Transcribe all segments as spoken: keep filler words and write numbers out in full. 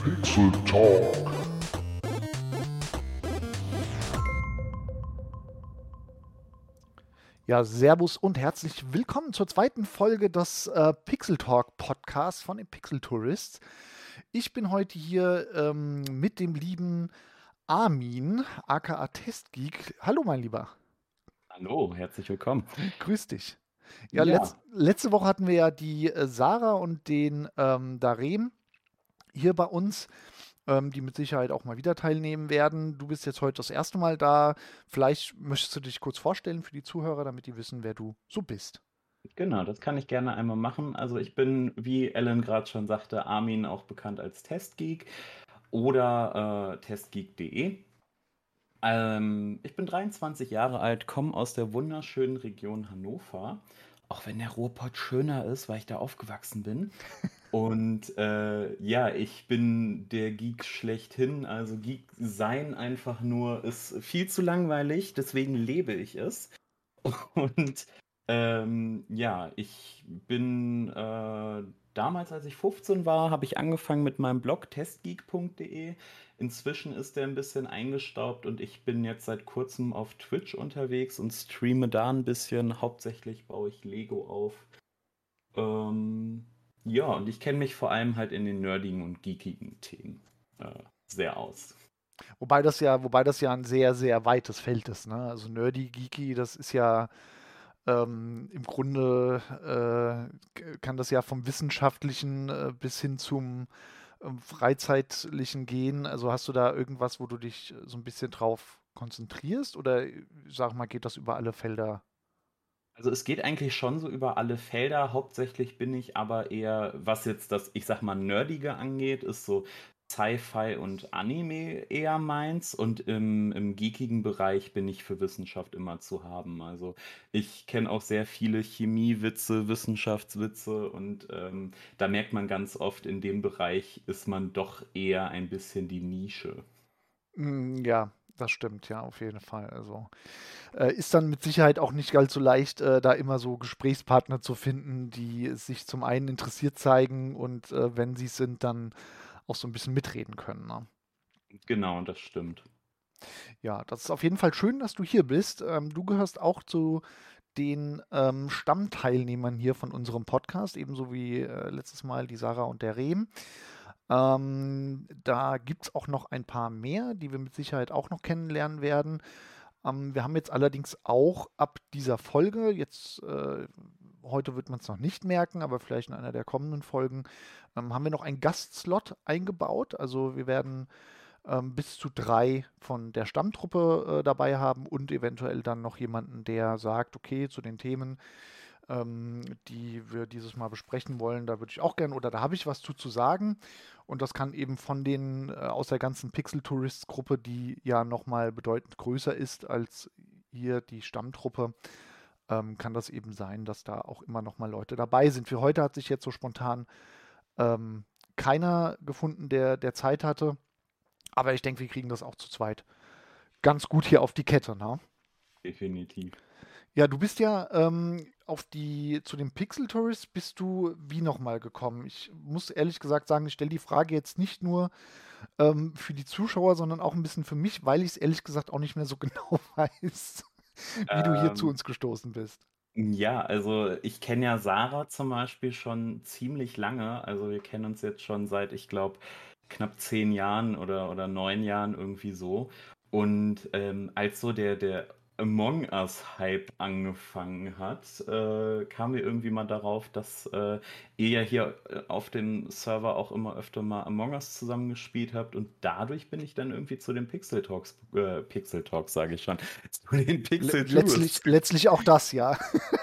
Pixel Talk. Ja, servus und herzlich willkommen zur zweiten Folge des äh, Pixel Talk Podcasts von den Pixel Tourists. Ich bin heute hier ähm, mit dem lieben Armin, aka Testgeek. Hallo, mein Lieber. Hallo, herzlich willkommen. Grüß dich. Ja, Ja, letz, letzte Woche hatten wir ja die äh, Sarah und den ähm, Darem hier bei uns, ähm, die mit Sicherheit auch mal wieder teilnehmen werden. Du bist jetzt heute das erste Mal da. Vielleicht möchtest du dich kurz vorstellen für die Zuhörer, damit die wissen, wer du so bist. genau, das kann ich gerne einmal machen. Also ich bin, wie Ellen gerade schon sagte, Armin, auch bekannt als Testgeek oder äh, testgeek punkt de. Ähm, ich bin dreiundzwanzig Jahre alt, komme aus der wunderschönen Region Hannover, auch wenn der Ruhrpott schöner ist, weil ich da aufgewachsen bin. Und äh, ja, ich bin der Geek schlechthin. Also Geek sein einfach nur ist viel zu langweilig, deswegen lebe ich es. Und ähm, ja, ich bin äh, damals, als ich fünfzehn war, habe ich angefangen mit meinem Blog testgeek punkt de. Inzwischen ist der ein bisschen eingestaubt und ich bin jetzt seit kurzem auf Twitch unterwegs und streame da ein bisschen. Hauptsächlich baue ich Lego auf. Ähm, ja, und ich kenne mich vor allem halt in den nerdigen und geekigen Themen äh, sehr aus. Wobei das ja, wobei das ja ein sehr, sehr weites Feld ist, ne? Also nerdy, geeky, das ist ja ähm, im Grunde äh, k- kann das ja vom Wissenschaftlichen äh, bis hin zum ähm, Freizeitlichen gehen. Also hast du da irgendwas, wo du dich so ein bisschen drauf konzentrierst oder äh, sag mal, geht das über alle Felder? Also es geht eigentlich schon so über alle Felder. Hauptsächlich bin ich aber eher, was jetzt das, ich sag mal, Nerdige angeht, ist so Sci-Fi und Anime eher meins. Und im, im geekigen Bereich bin ich für Wissenschaft immer zu haben. Also ich kenne auch sehr viele Chemiewitze, Wissenschaftswitze und ähm, da merkt man ganz oft, in dem Bereich ist man doch eher ein bisschen die Nische. Mm, ja, das stimmt, ja, auf jeden Fall. Also äh, ist dann mit Sicherheit auch nicht ganz so leicht, äh, da immer so Gesprächspartner zu finden, die sich zum einen interessiert zeigen und äh, wenn sie es sind, dann auch so ein bisschen mitreden können. Ne? Genau, das stimmt. Ja, das ist auf jeden Fall schön, dass du hier bist. Ähm, du gehörst auch zu den ähm, Stammteilnehmern hier von unserem Podcast, ebenso wie äh, letztes Mal die Sarah und der Rehm. Ähm, da gibt es auch noch ein paar mehr, die wir mit Sicherheit auch noch kennenlernen werden. Ähm, wir haben jetzt allerdings auch ab dieser Folge, jetzt äh, heute wird man es noch nicht merken, aber vielleicht in einer der kommenden Folgen, ähm, haben wir noch einen Gastslot eingebaut. Also wir werden ähm, bis zu drei von der Stammtruppe äh, dabei haben und eventuell dann noch jemanden, der sagt, okay, zu den Themen, ähm, die wir dieses Mal besprechen wollen, da würde ich auch gerne oder da habe ich was zu, zu sagen. Und das kann eben von den äh, aus der ganzen Pixel Tourists Gruppe, die ja nochmal bedeutend größer ist als hier die Stammtruppe, ähm, kann das eben sein, dass da auch immer nochmal Leute dabei sind. Für heute hat sich jetzt so spontan ähm, keiner gefunden, der, der Zeit hatte. Aber ich denke, wir kriegen das auch zu zweit ganz gut hier auf die Kette, ne? Definitiv. Ja, du bist ja ähm, auf die, zu den Pixel Tourists bist du wie nochmal gekommen? Ich muss ehrlich gesagt sagen, ich stelle die Frage jetzt nicht nur ähm, für die Zuschauer, sondern auch ein bisschen für mich, weil ich es ehrlich gesagt auch nicht mehr so genau weiß, wie du hier zu Ähm, uns gestoßen bist. Ja, also ich kenne ja Sarah zum Beispiel schon ziemlich lange. Also wir kennen uns jetzt schon seit, ich glaube, knapp zehn Jahren oder, oder neun Jahren irgendwie so. Und ähm, als so der, der Among Us-Hype angefangen hat, äh, kamen wir irgendwie mal darauf, dass äh, ihr ja hier äh, auf dem Server auch immer öfter mal Among Us zusammengespielt habt. Und dadurch bin ich dann irgendwie zu den Pixel Talks, äh, Pixel Talks sage ich schon, zu den Le Pixel letztlich, Tours letztlich auch das, ja.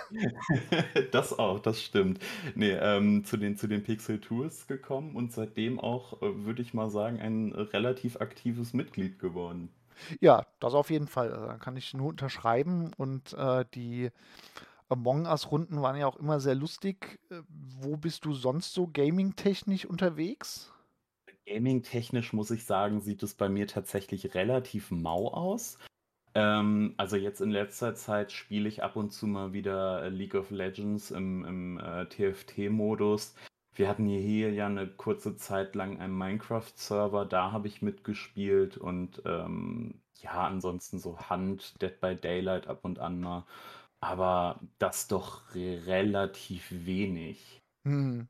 Das auch, das stimmt. Ne, ähm, zu den, zu den Pixel Tours gekommen und seitdem auch, äh, würde ich mal sagen, ein relativ aktives Mitglied geworden. Ja, das auf jeden Fall. Also, da kann ich nur unterschreiben. Und äh, die Among Us-Runden waren ja auch immer sehr lustig. Äh, Wo bist du sonst so gaming-technisch unterwegs? Gaming-technisch muss ich sagen, sieht es bei mir tatsächlich relativ mau aus. Ähm, also jetzt in letzter Zeit spiele ich ab und zu mal wieder äh, League of Legends im, im äh, T F T-Modus. Wir hatten hier, hier ja eine kurze Zeit lang einen Minecraft-Server, da habe ich mitgespielt und ähm, ja, ansonsten so Hunt, Dead by Daylight ab und an mal. Aber das doch re- relativ wenig. Hm,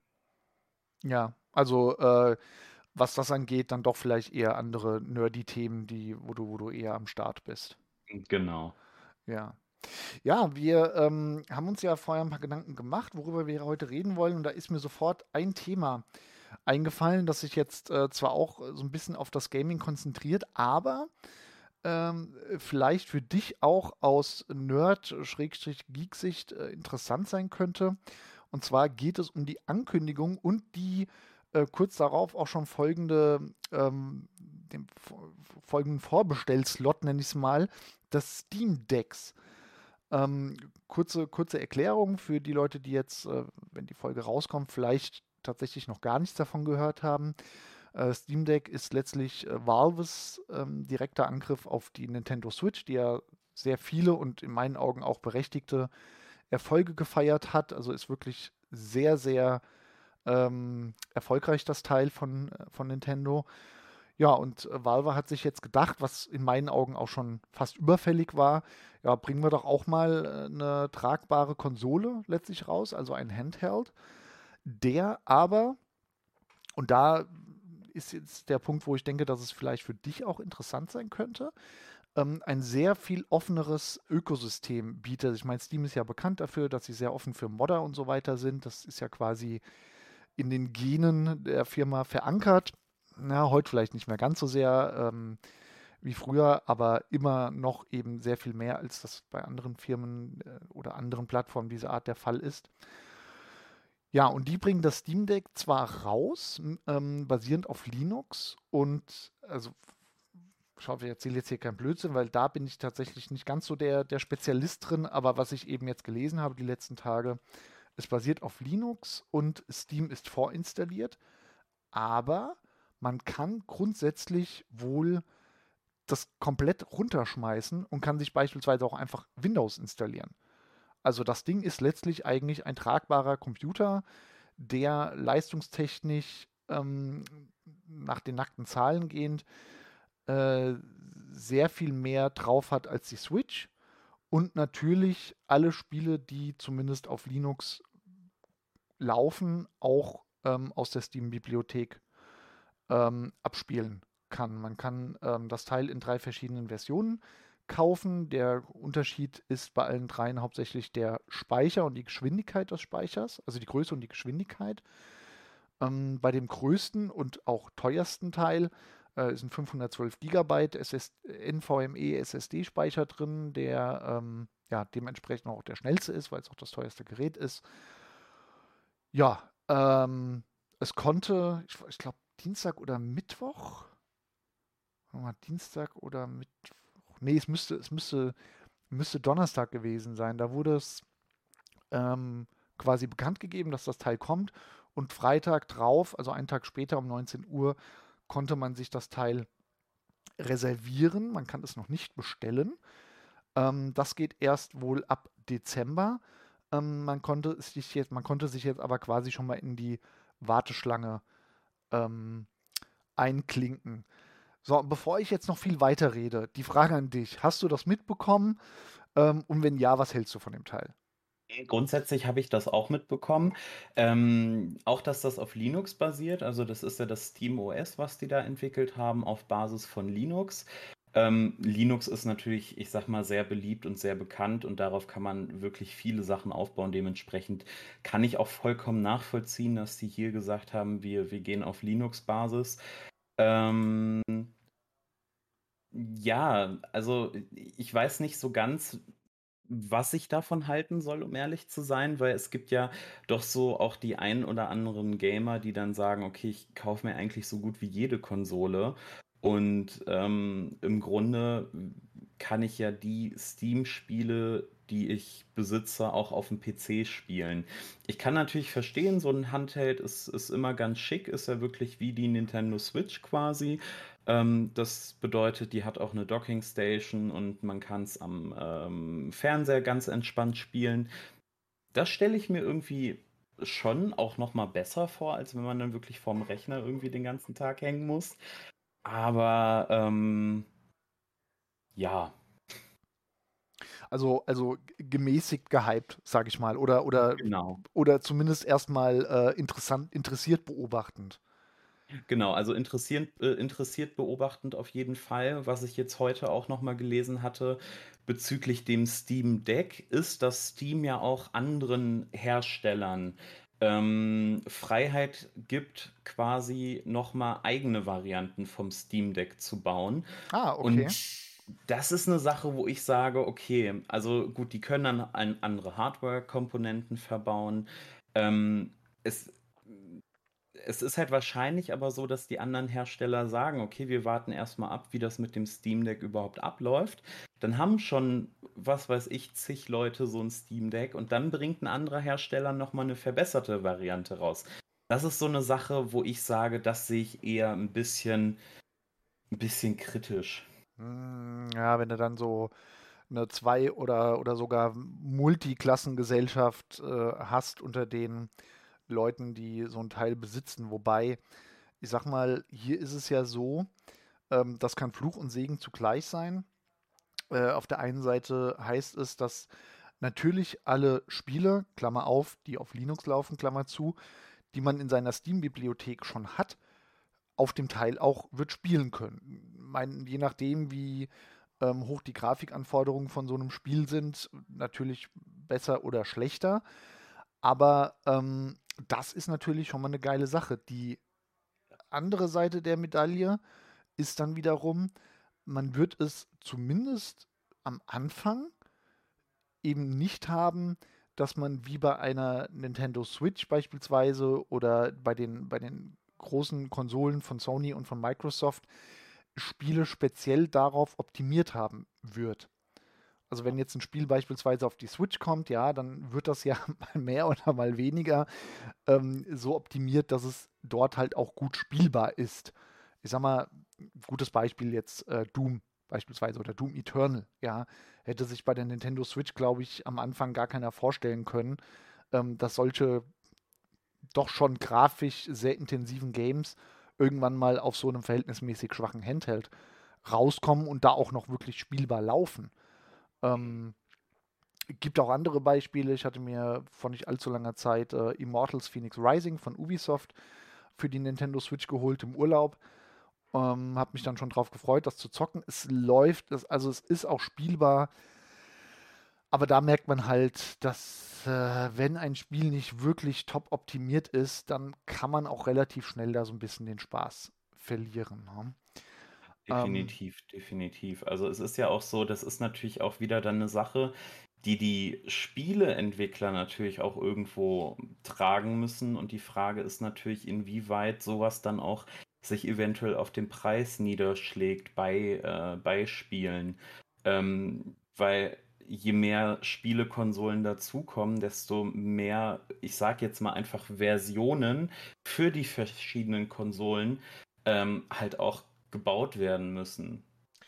ja, also äh, was das angeht, dann doch vielleicht eher andere nerdy-Themen, die, wo du, wo du eher am Start bist. Genau. Ja. Ja, wir ähm, haben uns ja vorher ein paar Gedanken gemacht, worüber wir heute reden wollen. Und da ist mir sofort ein Thema eingefallen, das sich jetzt äh, zwar auch äh, so ein bisschen auf das Gaming konzentriert, aber ähm, vielleicht für dich auch aus Nerd-Geek-Sicht äh, interessant sein könnte. Und zwar geht es um die Ankündigung und die äh, kurz darauf auch schon folgende, ähm, den fo- folgenden Vorbestellslot, nenne ich es mal, des Steam Decks. Ähm, kurze, kurze Erklärung für die Leute, die jetzt, äh, wenn die Folge rauskommt, vielleicht tatsächlich noch gar nichts davon gehört haben. Äh, Steam Deck ist letztlich äh, Valves ähm, direkter Angriff auf die Nintendo Switch, die ja sehr viele und in meinen Augen auch berechtigte Erfolge gefeiert hat. Also ist wirklich sehr, sehr ähm, erfolgreich das Teil von, äh, von Nintendo. Ja, und äh, Valve hat sich jetzt gedacht, was in meinen Augen auch schon fast überfällig war, ja, bringen wir doch auch mal äh, eine tragbare Konsole letztlich raus, also ein Handheld, der aber, und da ist jetzt der Punkt, wo ich denke, dass es vielleicht für dich auch interessant sein könnte, ähm, ein sehr viel offeneres Ökosystem bietet. Ich meine, Steam ist ja bekannt dafür, dass sie sehr offen für Modder und so weiter sind. Das ist ja quasi in den Genen der Firma verankert. Na, heute vielleicht nicht mehr ganz so sehr ähm, wie früher, aber immer noch eben sehr viel mehr, als das bei anderen Firmen äh, oder anderen Plattformen dieser Art der Fall ist. Ja, und die bringen das Steam Deck zwar raus, m- ähm, basierend auf Linux und also ich hoffe, ich erzähle jetzt hier keinen Blödsinn, weil da bin ich tatsächlich nicht ganz so der, der Spezialist drin, aber was ich eben jetzt gelesen habe die letzten Tage, es basiert auf Linux und Steam ist vorinstalliert, aber man kann grundsätzlich wohl das komplett runterschmeißen und kann sich beispielsweise auch einfach Windows installieren. Also das Ding ist letztlich eigentlich ein tragbarer Computer, der leistungstechnisch ähm, nach den nackten Zahlen gehend äh, sehr viel mehr drauf hat als die Switch und natürlich alle Spiele, die zumindest auf Linux laufen, auch ähm, aus der Steam-Bibliothek ähm, abspielen kann. Man kann ähm, das Teil in drei verschiedenen Versionen kaufen. Der Unterschied ist bei allen dreien hauptsächlich der Speicher und die Geschwindigkeit des Speichers, also die Größe und die Geschwindigkeit. Ähm, bei dem größten und auch teuersten Teil äh, sind fünfhundertzwölf Gigabyte S S NVMe S S D-Speicher drin, der ähm, ja, dementsprechend auch der schnellste ist, weil es auch das teuerste Gerät ist. Ja, ähm, es konnte, ich, ich glaube, Dienstag oder Mittwoch, warte mal, Dienstag oder Mittwoch, nee, es müsste, es müsste, müsste Donnerstag gewesen sein. Da wurde es ähm, quasi bekannt gegeben, dass das Teil kommt. Und Freitag drauf, also einen Tag später um neunzehn Uhr, konnte man sich das Teil reservieren. Man kann es noch nicht bestellen. Ähm, das geht erst wohl ab Dezember. Ähm, man, konnte sich jetzt, man konnte sich jetzt aber quasi schon mal in die Warteschlange ähm, einklinken. So, bevor ich jetzt noch viel weiter rede, die Frage an dich. Hast du das mitbekommen? Ähm, und wenn ja, was hältst du von dem Teil? Grundsätzlich habe ich das auch mitbekommen. Ähm, auch, dass das auf Linux basiert. Also das ist ja das SteamOS, was die da entwickelt haben, auf Basis von Linux. Ähm, Linux ist natürlich, ich sag mal, sehr beliebt und sehr bekannt und darauf kann man wirklich viele Sachen aufbauen. Dementsprechend kann ich auch vollkommen nachvollziehen, dass die hier gesagt haben, wir, wir gehen auf Linux-Basis. Ähm, ja, also ich weiß nicht so ganz, was ich davon halten soll, um ehrlich zu sein, weil es gibt ja doch so auch die ein oder anderen Gamer, die dann sagen, okay, ich kaufe mir eigentlich so gut wie jede Konsole und ähm, im Grunde kann ich ja die Steam-Spiele, die ich besitze, auch auf dem P C spielen. Ich kann natürlich verstehen, so ein Handheld ist, ist immer ganz schick, ist ja wirklich wie die Nintendo Switch quasi. Ähm, das bedeutet, die hat auch eine Docking Station und man kann es am ähm, Fernseher ganz entspannt spielen. Das stelle ich mir irgendwie schon auch noch mal besser vor, als wenn man dann wirklich vorm Rechner irgendwie den ganzen Tag hängen muss. Aber ähm, ja, Also, also g- gemäßigt gehypt, sage ich mal. Oder, oder, genau. oder zumindest erstmal äh, interessant, interessiert beobachtend. Genau, also interessiert, äh, interessiert beobachtend auf jeden Fall. Was ich jetzt heute auch noch mal gelesen hatte bezüglich dem Steam Deck, ist, dass Steam ja auch anderen Herstellern ähm, Freiheit gibt, quasi noch mal eigene Varianten vom Steam Deck zu bauen. Ah, Und okay. das ist eine Sache, wo ich sage, okay, also gut, die können dann an andere Hardware-Komponenten verbauen. Ähm, es es ist halt wahrscheinlich aber so, dass die anderen Hersteller sagen: „Okay, wir warten erst mal ab, wie das mit dem Steam Deck überhaupt abläuft.“ Dann haben schon, was weiß ich, zig Leute so ein Steam Deck und dann bringt ein anderer Hersteller noch mal 'ne verbesserte Variante raus. Das ist so eine Sache, wo ich sage, das sehe ich eher ein bisschen 'n bisschen kritisch. Hm, ja, wenn du dann so eine Zwei- oder, oder sogar Multiklassengesellschaft äh, hast unter den Leuten, die so ein Teil besitzen. Wobei, ich sag mal, hier ist es ja so, ähm, das kann Fluch und Segen zugleich sein. Äh, auf der einen Seite heißt es, dass natürlich alle Spiele, Klammer auf, die auf Linux laufen, Klammer zu, die man in seiner Steam-Bibliothek schon hat, auf dem Teil auch wird spielen können. Mein, je nachdem, wie ähm, hoch die Grafikanforderungen von so einem Spiel sind, natürlich besser oder schlechter. Aber ähm, das ist natürlich schon mal eine geile Sache. Die andere Seite der Medaille ist dann wiederum, man wird es zumindest am Anfang eben nicht haben, dass man wie bei einer Nintendo Switch beispielsweise oder bei den, bei den großen Konsolen von Sony und von Microsoft Spiele speziell darauf optimiert haben wird. Also wenn jetzt ein Spiel beispielsweise auf die Switch kommt, ja, dann wird das ja mal mehr oder mal weniger ähm, so optimiert, dass es dort halt auch gut spielbar ist. Ich sag mal, gutes Beispiel jetzt äh, Doom beispielsweise oder Doom Eternal, ja, hätte sich bei der Nintendo Switch, glaube ich, am Anfang gar keiner vorstellen können, ähm, dass solche doch schon grafisch sehr intensiven Games irgendwann mal auf so einem verhältnismäßig schwachen Handheld rauskommen und da auch noch wirklich spielbar laufen. Ähm, Gibt auch andere Beispiele. Ich hatte mir vor nicht allzu langer Zeit äh, Immortals Phoenix Rising von Ubisoft für die Nintendo Switch geholt im Urlaub. Ähm, hab mich dann schon drauf gefreut, das zu zocken. Es läuft, es, also es ist auch spielbar, aber da merkt man halt, dass äh, wenn ein Spiel nicht wirklich top optimiert ist, dann kann man auch relativ schnell da so ein bisschen den Spaß verlieren. Ne? Ähm, Definitiv, definitiv. Also es ist ja auch so, das ist natürlich auch wieder dann eine Sache, die die Spieleentwickler natürlich auch irgendwo tragen müssen. Und die Frage ist natürlich, inwieweit sowas dann auch sich eventuell auf den Preis niederschlägt bei, äh, bei Spielen. Ähm, weil je mehr Spielekonsolen dazukommen, desto mehr, ich sag jetzt mal einfach Versionen für die verschiedenen Konsolen ähm, halt auch gebaut werden müssen.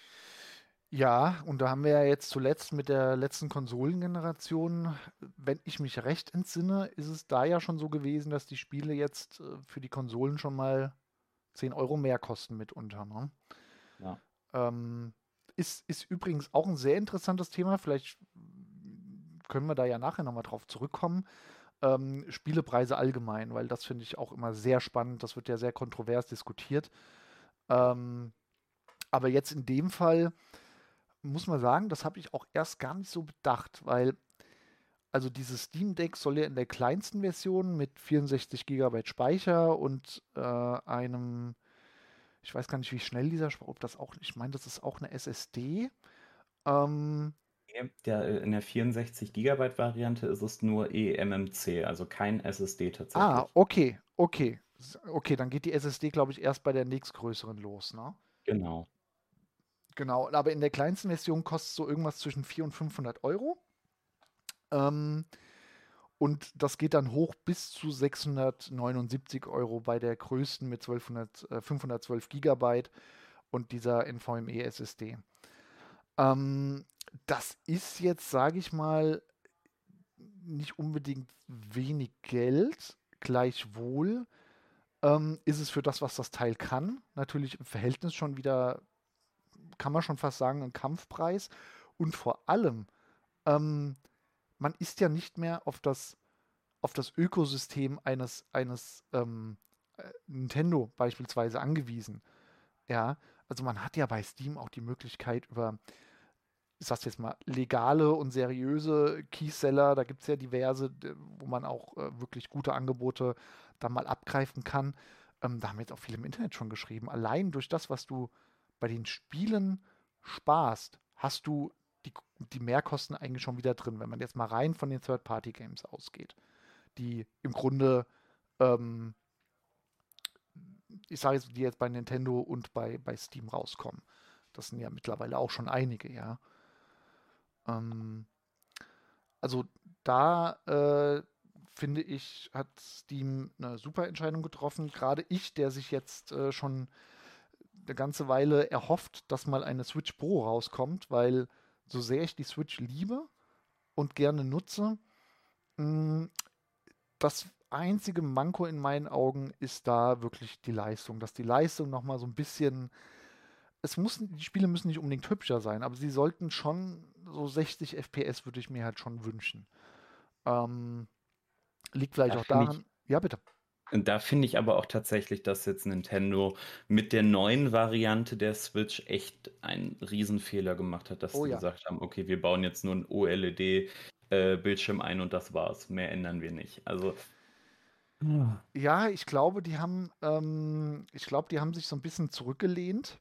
Ja, und da haben wir ja jetzt zuletzt mit der letzten Konsolengeneration, wenn ich mich recht entsinne, ist es da ja schon so gewesen, dass die Spiele jetzt äh, für die Konsolen schon mal zehn Euro mehr kosten mitunter. Ne? Ja, Ähm, ist, ist übrigens auch ein sehr interessantes Thema. Vielleicht können wir da ja nachher nochmal drauf zurückkommen. Ähm, Spielepreise allgemein, weil das finde ich auch immer sehr spannend. Das wird ja sehr kontrovers diskutiert. Ähm, aber jetzt in dem Fall muss man sagen, das habe ich auch erst gar nicht so bedacht, weil also dieses Steam Deck soll ja in der kleinsten Version mit vierundsechzig Gigabyte Speicher und äh, einem, ich weiß gar nicht, wie schnell dieser, Sp- ob das auch, ich meine, das ist auch eine S S D. Ähm, der, äh, in der vierundsechzig Gigabyte Variante ist es nur eMMC, also kein S S D ah, tatsächlich. okay, okay. S- Okay, dann geht die S S D, glaube ich, erst bei der nächstgrößeren los, ne? Genau. Genau, aber in der kleinsten Version kostet es so irgendwas zwischen vierhundert und fünfhundert Euro. Ähm, Und das geht dann hoch bis zu sechshundertneunundsiebzig Euro bei der größten mit zwölfhundert, äh, fünfhundertzwölf Gigabyte und dieser NVMe S S D. Ähm, Das ist jetzt, sage ich mal, nicht unbedingt wenig Geld, gleichwohl ähm, ist es für das, was das Teil kann, natürlich im Verhältnis schon wieder, kann man schon fast sagen, ein Kampfpreis. Und vor allem, ähm, man ist ja nicht mehr auf das, auf das Ökosystem eines, eines ähm, äh, Nintendo beispielsweise angewiesen. Ja, also man hat ja bei Steam auch die Möglichkeit über, ich sag's jetzt mal, legale und seriöse Keyseller, da gibt es ja diverse, d- wo man auch äh, wirklich gute Angebote dann mal abgreifen kann. Ähm, da haben jetzt auch viele im Internet schon geschrieben. Allein durch das, was du bei den Spielen sparst, hast du die, die Mehrkosten eigentlich schon wieder drin, wenn man jetzt mal rein von den Third-Party-Games ausgeht, die im Grunde, ähm, ich sage jetzt, die jetzt bei Nintendo und bei, bei Steam rauskommen. Das sind ja mittlerweile auch schon einige, ja. Ähm, also da äh, finde ich, hat Steam eine super Entscheidung getroffen. Gerade ich, der sich jetzt äh, schon eine ganze Weile erhofft, dass mal eine Switch Pro rauskommt, weil so sehr ich die Switch liebe und gerne nutze, mh, das einzige Manko in meinen Augen ist da wirklich die Leistung. Dass die Leistung nochmal so ein bisschen, es muss, die Spiele müssen nicht unbedingt hübscher sein, aber sie sollten schon so sechzig F P S würde ich mir halt schon wünschen. Ähm, Liegt vielleicht Da auch finde ich, daran, ja, bitte. da finde ich aber auch tatsächlich, dass jetzt Nintendo mit der neuen Variante der Switch echt einen Riesenfehler gemacht hat, dass Oh sie ja. gesagt haben, okay, wir bauen jetzt nur einen O L E D-Bildschirm ein und das war's. Mehr ändern wir nicht. Also, ah, Ja, ich glaube, die haben, ähm, ich glaube, die haben sich so ein bisschen zurückgelehnt.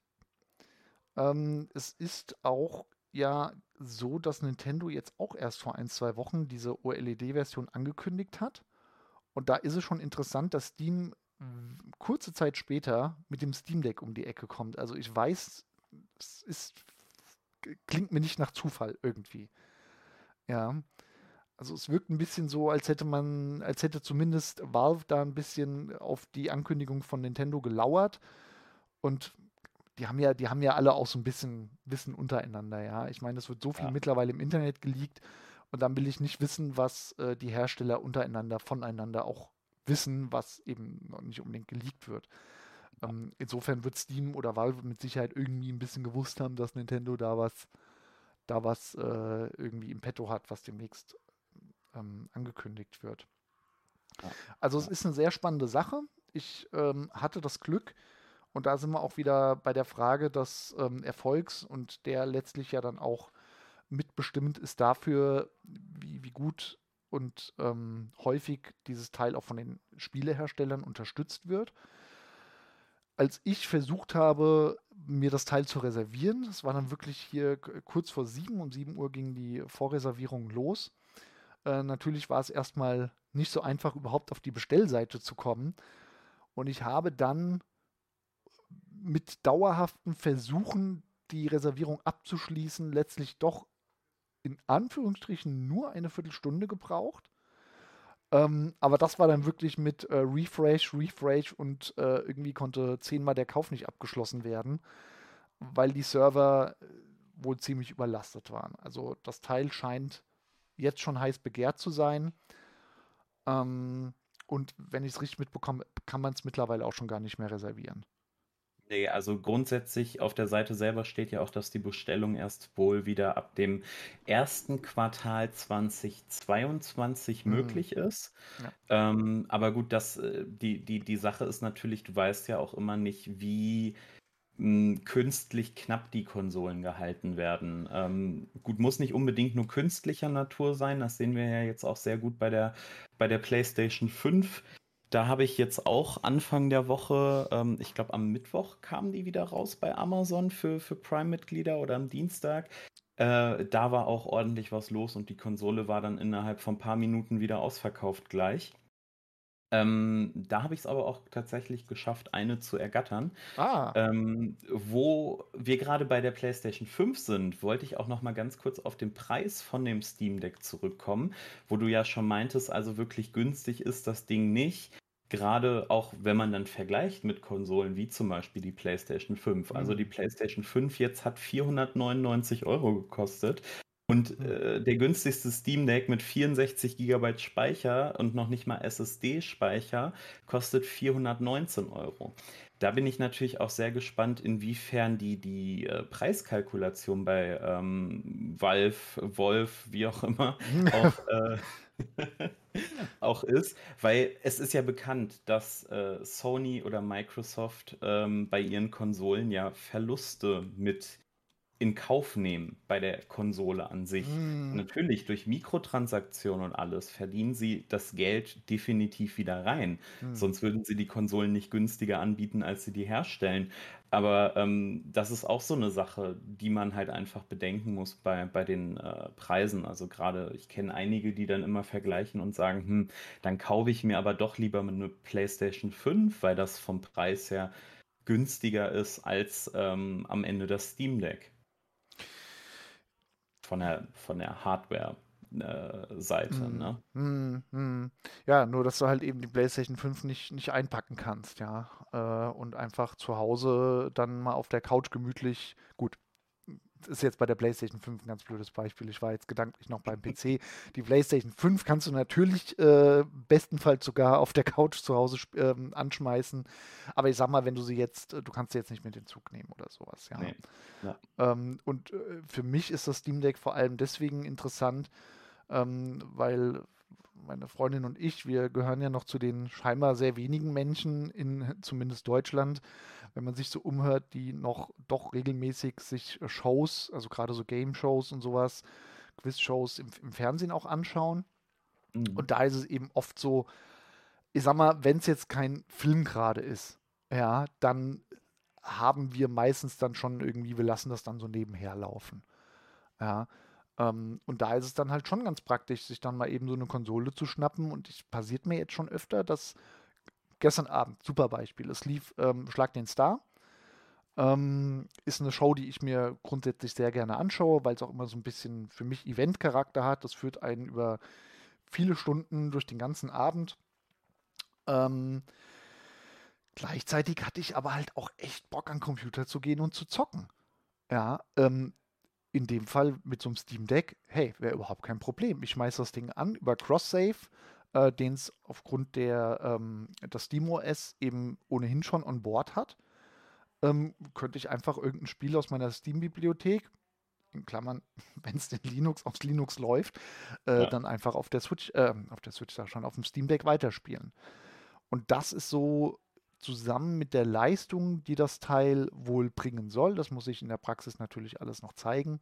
Ähm, es ist auch ja so, dass Nintendo jetzt auch erst vor ein, zwei Wochen diese O L E D-Version angekündigt hat. Und da ist es schon interessant, dass Steam w- kurze Zeit später mit dem Steam Deck um die Ecke kommt. Also ich weiß, es ist, klingt mir nicht nach Zufall irgendwie. Ja. Also es wirkt ein bisschen so, als hätte man, als hätte zumindest Valve da ein bisschen auf die Ankündigung von Nintendo gelauert. Und die haben ja, die haben ja alle auch so ein bisschen Wissen untereinander, ja. Ich meine, es wird so viel ja. mittlerweile im Internet geleakt und dann will ich nicht wissen, was äh, die Hersteller untereinander voneinander auch wissen, was eben noch nicht unbedingt geleakt wird. Ähm, insofern wird Steam oder Valve mit Sicherheit irgendwie ein bisschen gewusst haben, dass Nintendo da was, da was äh, irgendwie im Petto hat, was demnächst ähm, angekündigt wird. Ja, Also es ja. ist eine sehr spannende Sache. Ich ähm, hatte das Glück, und da sind wir auch wieder bei der Frage des ähm, Erfolgs und der letztlich ja dann auch mitbestimmend ist dafür, wie, wie gut und ähm, häufig dieses Teil auch von den Spieleherstellern unterstützt wird. Als ich versucht habe, mir das Teil zu reservieren, das war dann wirklich hier k- kurz vor sieben, um sieben Uhr ging die Vorreservierung los. Äh, natürlich war es erstmal nicht so einfach, überhaupt auf die Bestellseite zu kommen. Und ich habe dann mit dauerhaften Versuchen, die Reservierung abzuschließen, letztlich doch in Anführungsstrichen nur eine Viertelstunde gebraucht. Ähm, aber das war dann wirklich mit äh, Refresh, Refresh und äh, irgendwie konnte zehnmal der Kauf nicht abgeschlossen werden, weil die Server äh, wohl ziemlich überlastet waren. Also das Teil scheint jetzt schon heiß begehrt zu sein. Ähm, und wenn ich es richtig mitbekomme, kann man es mittlerweile auch schon gar nicht mehr reservieren. Nee, also grundsätzlich auf der Seite selber steht ja auch, dass die Bestellung erst wohl wieder ab dem ersten Quartal zweitausendzweiundzwanzig Mm, möglich ist. ja. Ähm, aber gut, das, äh, die, die, die Sache ist natürlich, du weißt ja auch immer nicht, wie mh, künstlich knapp die Konsolen gehalten werden. Ähm, gut, muss nicht unbedingt nur künstlicher Natur sein, das sehen wir ja jetzt auch sehr gut bei der, bei der PlayStation fünf. Da habe ich jetzt auch Anfang der Woche, ähm, ich glaube am Mittwoch kamen die wieder raus bei Amazon für, für Prime-Mitglieder oder am Dienstag. Äh, da war auch ordentlich was los und die Konsole war dann innerhalb von ein paar Minuten wieder ausverkauft gleich. Ähm, da habe ich es aber auch tatsächlich geschafft, eine zu ergattern. Ah, Ähm, wo wir gerade bei der PlayStation fünf sind, wollte ich auch noch mal ganz kurz auf den Preis von dem Steam Deck zurückkommen, wo du ja schon meintest, also wirklich günstig ist das Ding nicht. Gerade auch wenn man dann vergleicht mit Konsolen wie zum Beispiel die PlayStation fünf. Also die mm, PlayStation fünf jetzt hat vierhundertneunundneunzig Euro gekostet. Und Hm. äh, der günstigste Steam Deck mit vierundsechzig Gigabyte Speicher und noch nicht mal S S D-Speicher kostet vierhundertneunzehn Euro. Da bin ich natürlich auch sehr gespannt, inwiefern die, die äh, Preiskalkulation bei ähm, Valve, Wolf, wie auch immer, auch, äh, auch ist, weil es ist ja bekannt, dass äh, Sony oder Microsoft ähm, bei ihren Konsolen ja Verluste mit in Kauf nehmen bei der Konsole an sich. Und Hm. natürlich, durch Mikrotransaktionen und alles verdienen sie das Geld definitiv wieder rein. Hm. Sonst würden sie die Konsolen nicht günstiger anbieten, als sie die herstellen. Aber ähm, das ist auch so eine Sache, die man halt einfach bedenken muss bei, bei den äh, Preisen. Also gerade, ich kenne einige, die dann immer vergleichen und sagen, hm, dann kaufe ich mir aber doch lieber eine PlayStation fünf, weil das vom Preis her günstiger ist als ähm, am Ende das Steam Deck von der, von der Hardware-Seite, Hm, ne? hm, hm. Ja, nur dass du halt eben die PlayStation fünf nicht, nicht einpacken kannst, ja. Äh, und einfach zu Hause dann mal auf der Couch gemütlich, gut, das ist jetzt bei der PlayStation fünf ein ganz blödes Beispiel. Ich war jetzt gedanklich noch beim P C. Die PlayStation fünf kannst du natürlich äh, bestenfalls sogar auf der Couch zu Hause sp- ähm, anschmeißen. Aber ich sag mal, wenn du sie jetzt, äh, du kannst sie jetzt nicht mit in den Zug nehmen oder sowas, ja. Nee. Ja. Ähm, und äh, für mich ist das Steam Deck vor allem deswegen interessant, ähm, weil meine Freundin und ich, wir gehören ja noch zu den scheinbar sehr wenigen Menschen in zumindest Deutschland, wenn man sich so umhört, die noch doch regelmäßig sich Shows, also gerade so Game-Shows und sowas, Quiz-Shows im, im Fernsehen auch anschauen. Mhm. Und da ist es eben oft so, ich sag mal, wenn es jetzt kein Film gerade ist, ja, dann haben wir meistens dann schon irgendwie, wir lassen das dann so nebenher laufen. Ja, ähm, und da ist es dann halt schon ganz praktisch, sich dann mal eben so eine Konsole zu schnappen. Und es passiert mir jetzt schon öfter, dass gestern Abend, super Beispiel, es lief ähm, Schlag den Star. Ähm, ist eine Show, die ich mir grundsätzlich sehr gerne anschaue, weil es auch immer so ein bisschen für mich Event-Charakter hat. Das führt einen über viele Stunden durch den ganzen Abend. Ähm, Gleichzeitig hatte ich aber halt auch echt Bock, an den Computer zu gehen und zu zocken. Ja, ähm, in dem Fall mit so einem Steam Deck, hey, wäre überhaupt kein Problem. Ich schmeiße das Ding an über Cross-Save, äh, den es aufgrund der ähm, das SteamOS eben ohnehin schon on board hat. Ähm, könnte ich einfach irgendein Spiel aus meiner Steam-Bibliothek, in Klammern, wenn es denn Linux aufs Linux läuft, äh, Ja. dann einfach auf der Switch, äh, auf der Switch da schon, auf dem Steam Deck weiterspielen. Und das ist so zusammen mit der Leistung, die das Teil wohl bringen soll, das muss ich in der Praxis natürlich alles noch zeigen,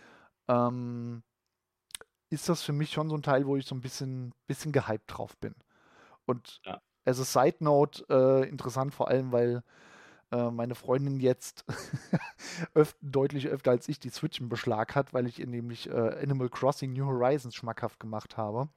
ähm, ist das für mich schon so ein Teil, wo ich so ein bisschen, bisschen gehypt drauf bin. Und Ja. as a Side Note, äh, interessant vor allem, weil äh, meine Freundin jetzt öf deutlich öfter als ich die Switch im Beschlag hat, weil ich ihr nämlich äh, Animal Crossing New Horizons schmackhaft gemacht habe.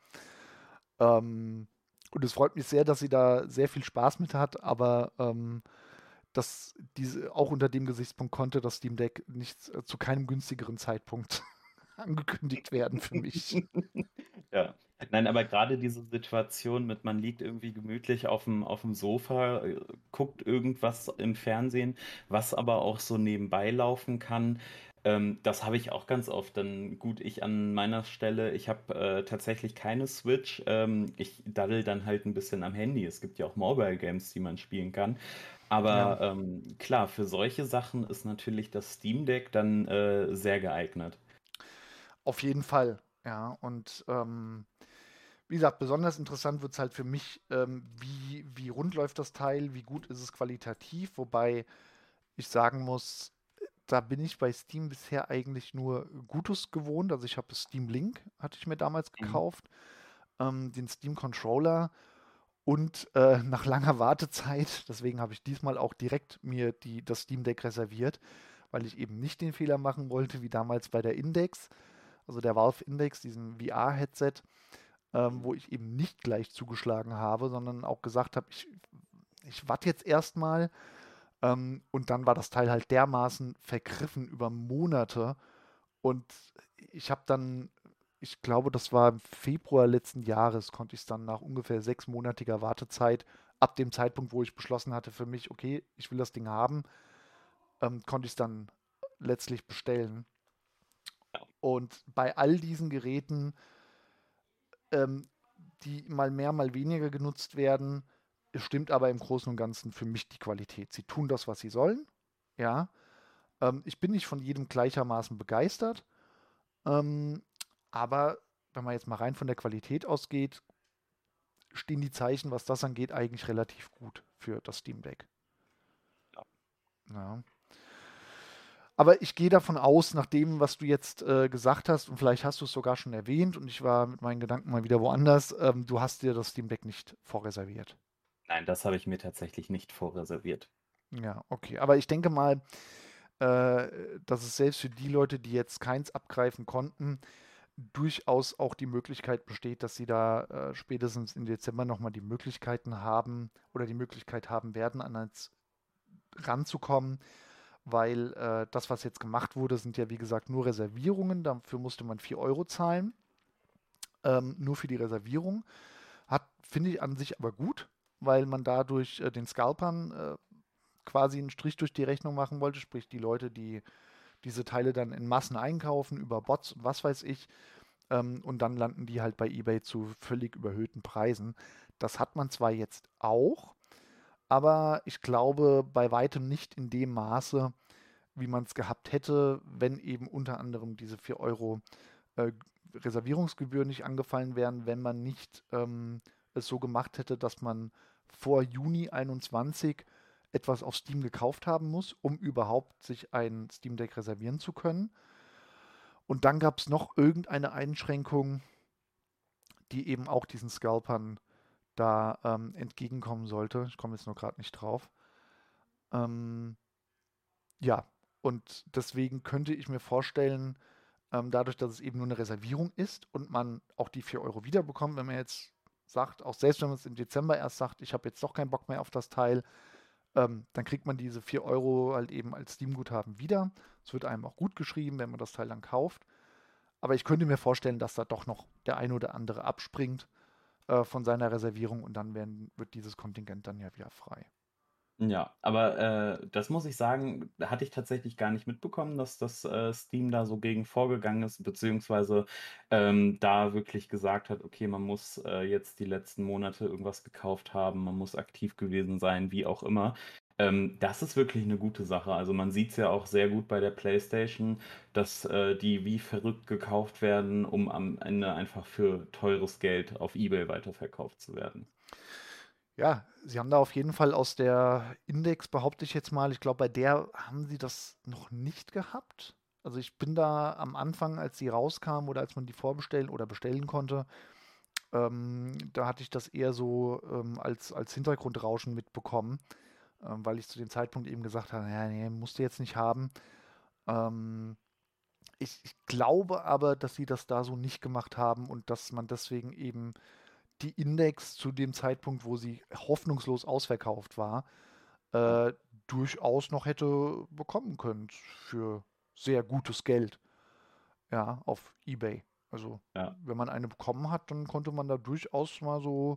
Ähm, und es freut mich sehr, dass sie da sehr viel Spaß mit hat, aber ähm, dass diese auch unter dem Gesichtspunkt konnte das Steam Deck nicht äh, zu keinem günstigeren Zeitpunkt angekündigt werden für mich. Ja. Nein, aber gerade diese Situation mit, man liegt irgendwie gemütlich auf dem, auf dem Sofa, äh, guckt irgendwas im Fernsehen, was aber auch so nebenbei laufen kann. Ähm, das habe ich auch ganz oft. Dann gut, ich an meiner Stelle, ich habe äh, tatsächlich keine Switch. Ähm, ich daddel dann halt ein bisschen am Handy. Es gibt ja auch Mobile Games, die man spielen kann. Ja, Aber ähm, klar, für solche Sachen ist natürlich das Steam Deck dann äh, sehr geeignet. auf jeden Fall. Ja, und ähm, wie gesagt, besonders interessant wird es halt für mich, ähm, wie, wie rund läuft das Teil, wie gut ist es qualitativ, wobei ich sagen muss, da bin ich bei Steam bisher eigentlich nur Gutes gewohnt. Also ich habe Steam Link, hatte ich mir damals Mhm. gekauft, ähm, den Steam Controller und äh, nach langer Wartezeit, deswegen habe ich diesmal auch direkt mir die, das Steam Deck reserviert, weil ich eben nicht den Fehler machen wollte, wie damals bei der Index, also der Valve Index, diesem V R-Headset, ähm, wo ich eben nicht gleich zugeschlagen habe, sondern auch gesagt habe, ich, ich warte jetzt erstmal. Ähm, und dann war das Teil halt dermaßen vergriffen über Monate. Und ich habe dann, ich glaube, das war im Februar letzten Jahres, konnte ich es dann nach ungefähr sechsmonatiger Wartezeit, ab dem Zeitpunkt, wo ich beschlossen hatte für mich, okay, ich will das Ding haben, ähm, konnte ich es dann letztlich bestellen. Und bei all diesen Geräten, ähm, die mal mehr, mal weniger genutzt werden, stimmt aber im Großen und Ganzen für mich die Qualität. Sie tun das, was sie sollen. Ja. Ähm, ich bin nicht von jedem gleichermaßen begeistert. Ähm, aber wenn man jetzt mal rein von der Qualität ausgeht, stehen die Zeichen, was das angeht, eigentlich relativ gut für das Steam Deck. Ja. Aber ich gehe davon aus, nach dem, was du jetzt äh, gesagt hast, und vielleicht hast du es sogar schon erwähnt, und ich war mit meinen Gedanken mal wieder woanders, ähm, du hast dir das Steam Deck nicht vorreserviert. Nein, das habe ich mir tatsächlich nicht vorreserviert. Ja, okay. Aber ich denke mal, äh, dass es selbst für die Leute, die jetzt keins abgreifen konnten, durchaus auch die Möglichkeit besteht, dass sie da äh, spätestens im Dezember nochmal die Möglichkeiten haben oder die Möglichkeit haben werden, an eins ranzukommen, weil äh, das, was jetzt gemacht wurde, sind ja wie gesagt nur Reservierungen. Dafür musste man vier Euro zahlen, ähm, nur für die Reservierung. Hat, finde ich an sich aber gut, weil man dadurch äh, den Scalpern äh, quasi einen Strich durch die Rechnung machen wollte, sprich die Leute, die diese Teile dann in Massen einkaufen über Bots und was weiß ich, ähm, und dann landen die halt bei eBay zu völlig überhöhten Preisen. Das hat man zwar jetzt auch, aber ich glaube bei weitem nicht in dem Maße, wie man es gehabt hätte, wenn eben unter anderem diese vier Euro äh, Reservierungsgebühr nicht angefallen wären, wenn man nicht ähm, es so gemacht hätte, dass man vor Juni einundzwanzig etwas auf Steam gekauft haben muss, um überhaupt sich ein Steam Deck reservieren zu können. Und dann gab es noch irgendeine Einschränkung, die eben auch diesen Scalpern da ähm, entgegenkommen sollte. Ich komme jetzt nur gerade nicht drauf. Ähm, ja, und deswegen könnte ich mir vorstellen, ähm, dadurch, dass es eben nur eine Reservierung ist und man auch die vier Euro wiederbekommt, wenn man jetzt sagt, auch selbst wenn man es im Dezember erst sagt, ich habe jetzt doch keinen Bock mehr auf das Teil, ähm, dann kriegt man diese vier Euro halt eben als Steam-Guthaben wieder. Es wird einem auch gut geschrieben, wenn man das Teil dann kauft. Aber ich könnte mir vorstellen, dass da doch noch der ein oder andere abspringt äh, von seiner Reservierung und dann werden, wird dieses Kontingent dann ja wieder frei. Ja, aber äh, das muss ich sagen, hatte ich tatsächlich gar nicht mitbekommen, dass das äh, Steam da so gegen vorgegangen ist, beziehungsweise ähm, da wirklich gesagt hat, okay, man muss äh, jetzt die letzten Monate irgendwas gekauft haben, man muss aktiv gewesen sein, wie auch immer. Ähm, das ist wirklich eine gute Sache. Also man sieht es ja auch sehr gut bei der PlayStation, dass äh, die wie verrückt gekauft werden, um am Ende einfach für teures Geld auf eBay weiterverkauft zu werden. Ja, sie haben da auf jeden Fall aus der Index, behaupte ich jetzt mal, ich glaube, bei der haben sie das noch nicht gehabt. Also ich bin da am Anfang, als sie rauskam oder als man die vorbestellen oder bestellen konnte, ähm, da hatte ich das eher so ähm, als, als Hintergrundrauschen mitbekommen, ähm, weil ich zu dem Zeitpunkt eben gesagt habe, ja, nee, musst du jetzt nicht haben. Ähm, ich, ich glaube aber, dass sie das da so nicht gemacht haben und dass man deswegen eben die Index zu dem Zeitpunkt, wo sie hoffnungslos ausverkauft war, Ja, äh, durchaus noch hätte bekommen können für sehr gutes Geld, ja, auf eBay. Also, ja. wenn man eine bekommen hat, dann konnte man da durchaus mal so,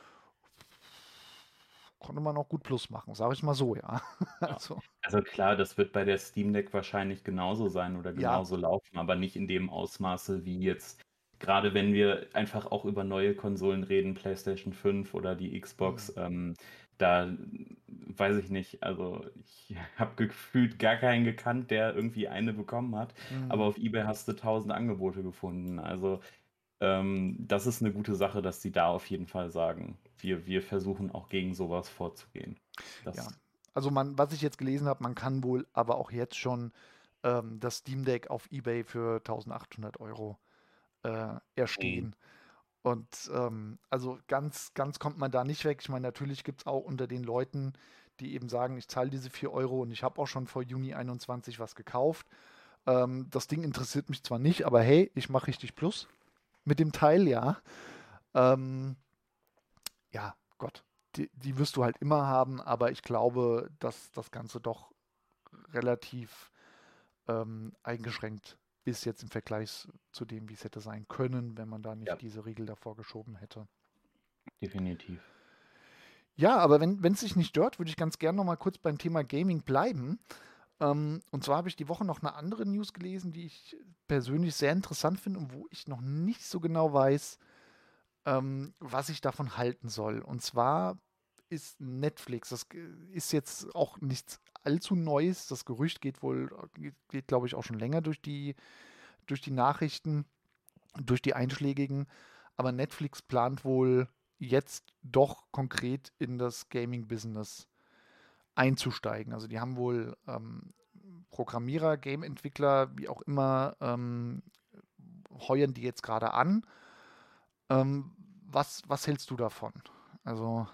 konnte man auch gut Plus machen, sage ich mal so, ja. Ja. Also, Also klar, das wird bei der Steam Deck wahrscheinlich genauso sein oder ja, genauso laufen, aber nicht in dem Ausmaße wie jetzt, gerade wenn wir einfach auch über neue Konsolen reden, PlayStation fünf oder die hm, Xbox, ähm, da mm, weiß ich nicht, also ich habe gefühlt gar keinen gekannt, der irgendwie eine bekommen hat, aber hm, auf eBay hast du tausend Angebote gefunden. Also ähm, das ist eine gute Sache, dass sie da auf jeden Fall sagen, wir, wir versuchen auch gegen sowas vorzugehen. ja. Das Also man, was ich jetzt gelesen habe, man kann wohl aber auch jetzt schon ähm, das Steam Deck auf eBay für eintausendachthundert Euro äh, erstehen. Und ähm, also ganz, ganz kommt man da nicht weg. Ich meine, natürlich gibt es auch unter den Leuten, die eben sagen, ich zahle diese vier Euro und ich habe auch schon vor Juni einundzwanzig was gekauft. Ähm, das Ding interessiert mich zwar nicht, aber hey, ich mache richtig Plus mit dem Teil, ja. Ähm, ja, Gott, die, die wirst du halt immer haben, aber ich glaube, dass das Ganze doch relativ ähm, eingeschränkt ist jetzt im Vergleich zu dem, wie es hätte sein können, wenn man da ja, nicht diese Regel davor geschoben hätte. definitiv. Ja, aber wenn es sich nicht stört, würde ich ganz gerne noch mal kurz beim Thema Gaming bleiben. Ähm, und zwar habe ich die Woche noch eine andere News gelesen, die ich persönlich sehr interessant finde und wo ich noch nicht so genau weiß, ähm, was ich davon halten soll. Und zwar ist Netflix, das ge- ist jetzt auch nichts allzu Neues. Das Gerücht geht wohl, geht, geht glaube ich, auch schon länger durch die, durch die Nachrichten, durch die einschlägigen. Aber Netflix plant wohl jetzt doch konkret in das Gaming-Business einzusteigen. Also die haben wohl ähm, Programmierer, Game-Entwickler, wie auch immer, ähm, heuern die jetzt gerade an. Ähm, was, was hältst du davon? Also,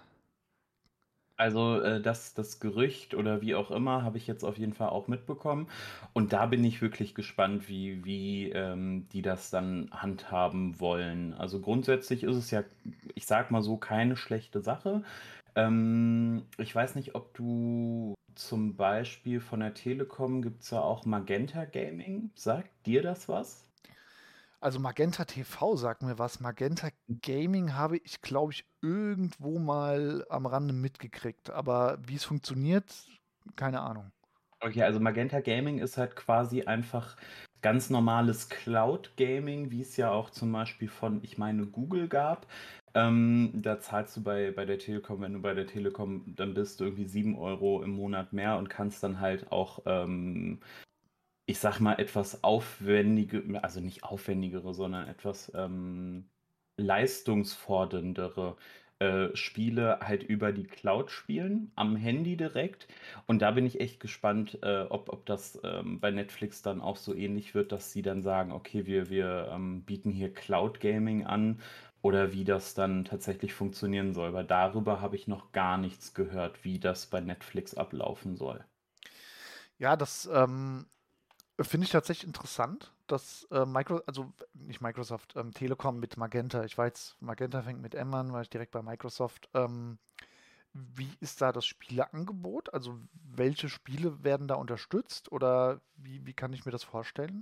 Also äh, das, das Gerücht oder wie auch immer habe ich jetzt auf jeden Fall auch mitbekommen. Und da bin ich wirklich gespannt, wie, wie ähm, die das dann handhaben wollen. Also grundsätzlich ist es ja, ich sag mal so, keine schlechte Sache. Ähm, ich weiß nicht, ob du zum Beispiel von der Telekom gibt es ja auch Magenta Gaming. Sagt dir das was? also Magenta T V sagt mir was. Magenta Gaming habe ich, glaube ich, irgendwo mal am Rande mitgekriegt. Aber wie es funktioniert, keine Ahnung. Okay, also Magenta Gaming ist halt quasi einfach ganz normales Cloud Gaming, wie es ja auch zum Beispiel von, ich meine, Google gab. Ähm, da zahlst du bei, bei der Telekom, wenn du bei der Telekom dann bist, irgendwie sieben Euro im Monat mehr und kannst dann halt auch, ähm, ich sag mal, etwas aufwendige, also nicht aufwendigere, sondern etwas ähm, leistungsforderndere äh, Spiele halt über die Cloud spielen, am Handy direkt. Und da bin ich echt gespannt, äh, ob, ob das ähm, bei Netflix dann auch so ähnlich wird, dass sie dann sagen, okay, wir, wir ähm, bieten hier Cloud Gaming an oder wie das dann tatsächlich funktionieren soll. Weil darüber habe ich noch gar nichts gehört, wie das bei Netflix ablaufen soll. Ja, das ähm, finde ich tatsächlich interessant, dass äh, Micro, also nicht Microsoft, ähm, Telekom mit Magenta. Ich weiß, Magenta fängt mit M an, war ich direkt bei Microsoft. Ähm, wie ist da das Spieleangebot? Also welche Spiele werden da unterstützt oder wie, wie kann ich mir das vorstellen?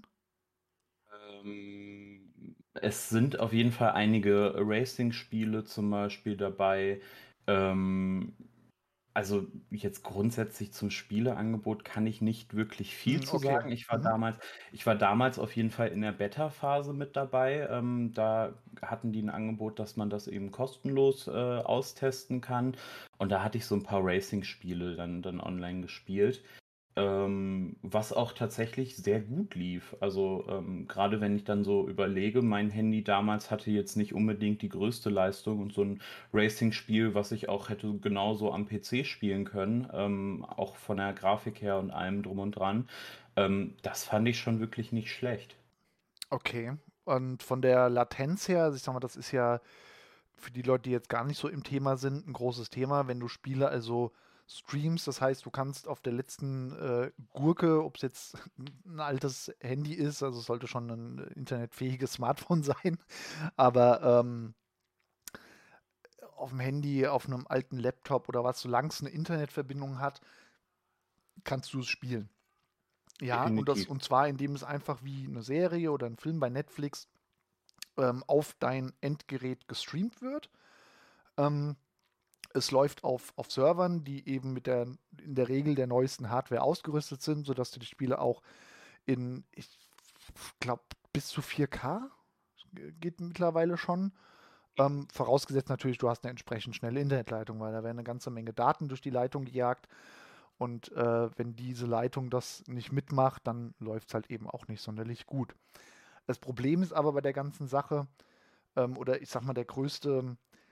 Ähm, es sind auf jeden Fall einige Racing-Spiele zum Beispiel dabei. Ähm, also jetzt grundsätzlich zum Spieleangebot kann ich nicht wirklich viel Hm, zu okay. sagen. Ich war Mhm. damals, ich war damals auf jeden Fall in der Beta-Phase mit dabei. Ähm, da hatten die ein Angebot, dass man das eben kostenlos äh, austesten kann. Und da hatte ich so ein paar Racing-Spiele dann, dann online gespielt. Ähm, was auch tatsächlich sehr gut lief. Also ähm, gerade wenn ich dann so überlege, mein Handy damals hatte jetzt nicht unbedingt die größte Leistung und so ein Racing-Spiel, was ich auch hätte genauso am P C spielen können, ähm, auch von der Grafik her und allem drum und dran, ähm, das fand ich schon wirklich nicht schlecht. Okay. Und von der Latenz her, also ich sag mal, das ist ja für die Leute, die jetzt gar nicht so im Thema sind, ein großes Thema, wenn du Spiele also streamst. Das heißt, du kannst auf der letzten äh, Gurke, ob es jetzt ein altes Handy ist, also es sollte schon ein internetfähiges Smartphone sein, aber ähm, auf dem Handy, auf einem alten Laptop oder was, solange es eine Internetverbindung hat, kannst du es spielen. Ja, und das Definitiv. und zwar, indem es einfach wie eine Serie oder ein Film bei Netflix ähm, auf dein Endgerät gestreamt wird. Ähm, Es läuft auf, auf Servern, die eben mit der in der Regel der neuesten Hardware ausgerüstet sind, sodass du die Spiele auch in, ich glaube, bis zu vier K geht mittlerweile schon. Ähm, vorausgesetzt natürlich, du hast eine entsprechend schnelle Internetleitung, weil da werden eine ganze Menge Daten durch die Leitung gejagt. Und äh, wenn diese Leitung das nicht mitmacht, dann läuft es halt eben auch nicht sonderlich gut. Das Problem ist aber bei der ganzen Sache, ähm, oder ich sag mal, der größte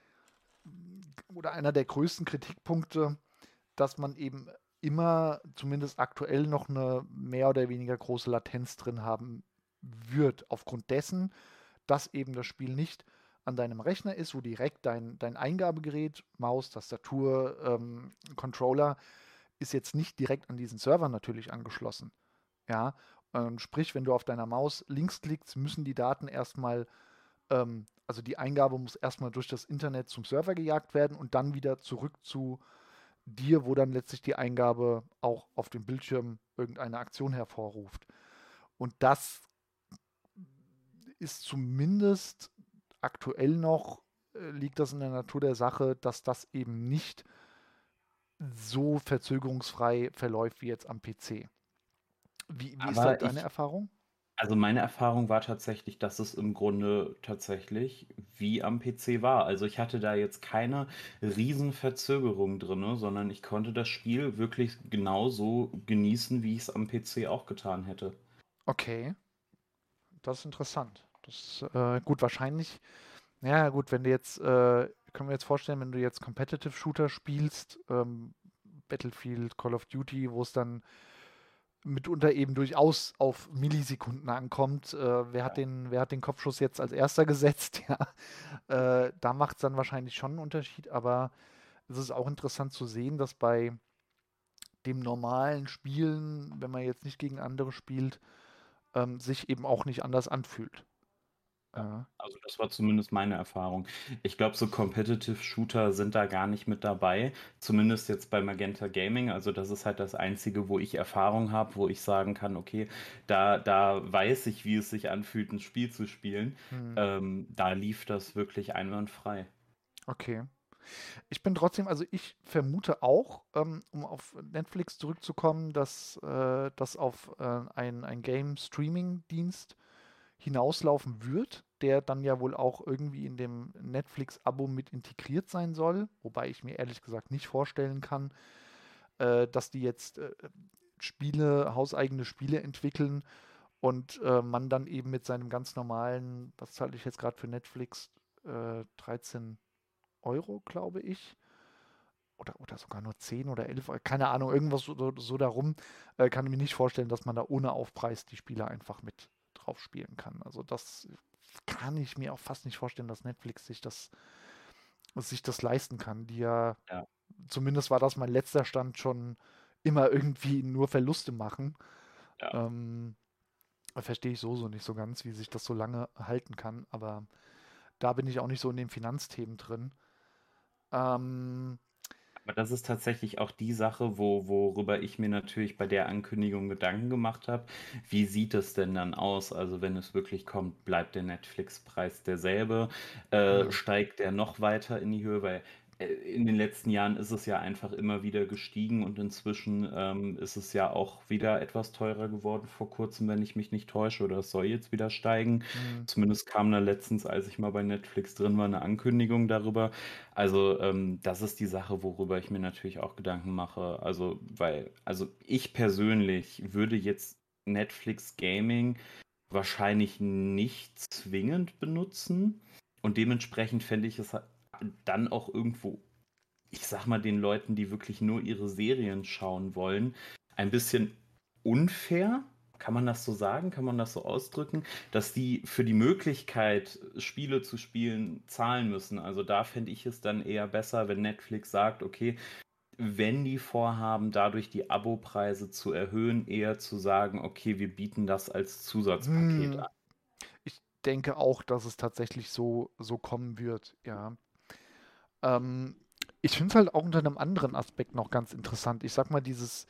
oder einer der größten Kritikpunkte, dass man eben immer, zumindest aktuell, noch eine mehr oder weniger große Latenz drin haben wird, aufgrund dessen, dass eben das Spiel nicht an deinem Rechner ist, wo direkt dein, dein Eingabegerät, Maus, Tastatur, ähm, Controller, ist jetzt nicht direkt an diesen Server natürlich angeschlossen. Ja, ähm, sprich, wenn du auf deiner Maus links klickst, müssen die Daten erstmal, ähm, also die Eingabe muss erstmal durch das Internet zum Server gejagt werden und dann wieder zurück zu dir, wo dann letztlich die Eingabe auch auf dem Bildschirm irgendeine Aktion hervorruft. Und das ist zumindest aktuell noch, äh, liegt das in der Natur der Sache, dass das eben nicht so verzögerungsfrei verläuft wie jetzt am P C. Wie, wie ist da Aber deine ich Erfahrung? Also meine Erfahrung war tatsächlich, dass es im Grunde tatsächlich wie am P C war. Also ich hatte da jetzt keine Riesenverzögerung drinne, sondern ich konnte das Spiel wirklich genauso genießen, wie ich es am P C auch getan hätte. Okay, das ist interessant. Das ist äh, gut, wahrscheinlich. Ja, gut, wenn du jetzt, äh, können wir jetzt vorstellen, wenn du jetzt Competitive Shooter spielst, ähm, Battlefield, Call of Duty, wo es dann mitunter eben durchaus auf Millisekunden ankommt. Äh, wer hat Ja. den, wer hat den Kopfschuss jetzt als erster gesetzt? Ja, äh, da macht es dann wahrscheinlich schon einen Unterschied, aber es ist auch interessant zu sehen, dass bei dem normalen Spielen, wenn man jetzt nicht gegen andere spielt, ähm, sich eben auch nicht anders anfühlt. Ja. Ja. Also das war zumindest meine Erfahrung. Ich glaube, so Competitive Shooter sind da gar nicht mit dabei. Zumindest jetzt bei Magenta Gaming. Also das ist halt das Einzige, wo ich Erfahrung habe, wo ich sagen kann, okay, da, da weiß ich, wie es sich anfühlt, ein Spiel zu spielen. Hm, Ähm, da lief das wirklich einwandfrei. okay. Ich bin trotzdem, also ich vermute auch, ähm, um auf Netflix zurückzukommen, dass äh, das auf äh, ein, ein Game-Streaming-Dienst hinauslaufen wird, der dann ja wohl auch irgendwie in dem Netflix-Abo mit integriert sein soll, wobei ich mir ehrlich gesagt nicht vorstellen kann, äh, dass die jetzt äh, Spiele, hauseigene Spiele entwickeln und äh, man dann eben mit seinem ganz normalen, was zahle ich jetzt gerade für Netflix, äh, dreizehn Euro, glaube ich, oder, oder sogar nur zehn oder elf, keine Ahnung, irgendwas so, so, so darum, äh, kann ich mir nicht vorstellen, dass man da ohne Aufpreis die Spiele einfach mit drauf spielen kann. Also das kann ich mir auch fast nicht vorstellen, dass Netflix sich das, sich das leisten kann. Die ja, Ja. zumindest war das mein letzter Stand, schon immer irgendwie nur Verluste machen. Ja. Ähm, verstehe ich so so nicht so ganz, wie sich das so lange halten kann, aber da bin ich auch nicht so in den Finanzthemen drin. Ähm, Aber das ist tatsächlich auch die Sache, wo, worüber ich mir natürlich bei der Ankündigung Gedanken gemacht habe. Wie sieht es denn dann aus? Also wenn es wirklich kommt, bleibt der Netflix-Preis derselbe? Äh, hm, steigt der noch weiter in die Höhe? Weil äh, in den letzten Jahren ist es ja einfach immer wieder gestiegen und inzwischen ähm, ist es ja auch wieder etwas teurer geworden vor kurzem, wenn ich mich nicht täusche, oder es soll jetzt wieder steigen. hm, Zumindest kam da letztens, als ich mal bei Netflix drin war, eine Ankündigung darüber. Also, ähm, das ist die Sache, worüber ich mir natürlich auch Gedanken mache. Also, weil, also ich persönlich würde jetzt Netflix Gaming wahrscheinlich nicht zwingend benutzen. Und dementsprechend fände ich es dann auch irgendwo, ich sag mal, den Leuten, die wirklich nur ihre Serien schauen wollen, ein bisschen unfair. Kann man das so sagen? Kann man das so ausdrücken? Dass die für die Möglichkeit, Spiele zu spielen, zahlen müssen. Also da fände ich es dann eher besser, wenn Netflix sagt, okay, wenn die vorhaben, dadurch die Abopreise zu erhöhen, eher zu sagen, okay, wir bieten das als Zusatzpaket hm. an. Ich denke auch, dass es tatsächlich so, so kommen wird, ja. Ähm, ich finde es halt auch unter einem anderen Aspekt noch ganz interessant. Ich sag mal, dieses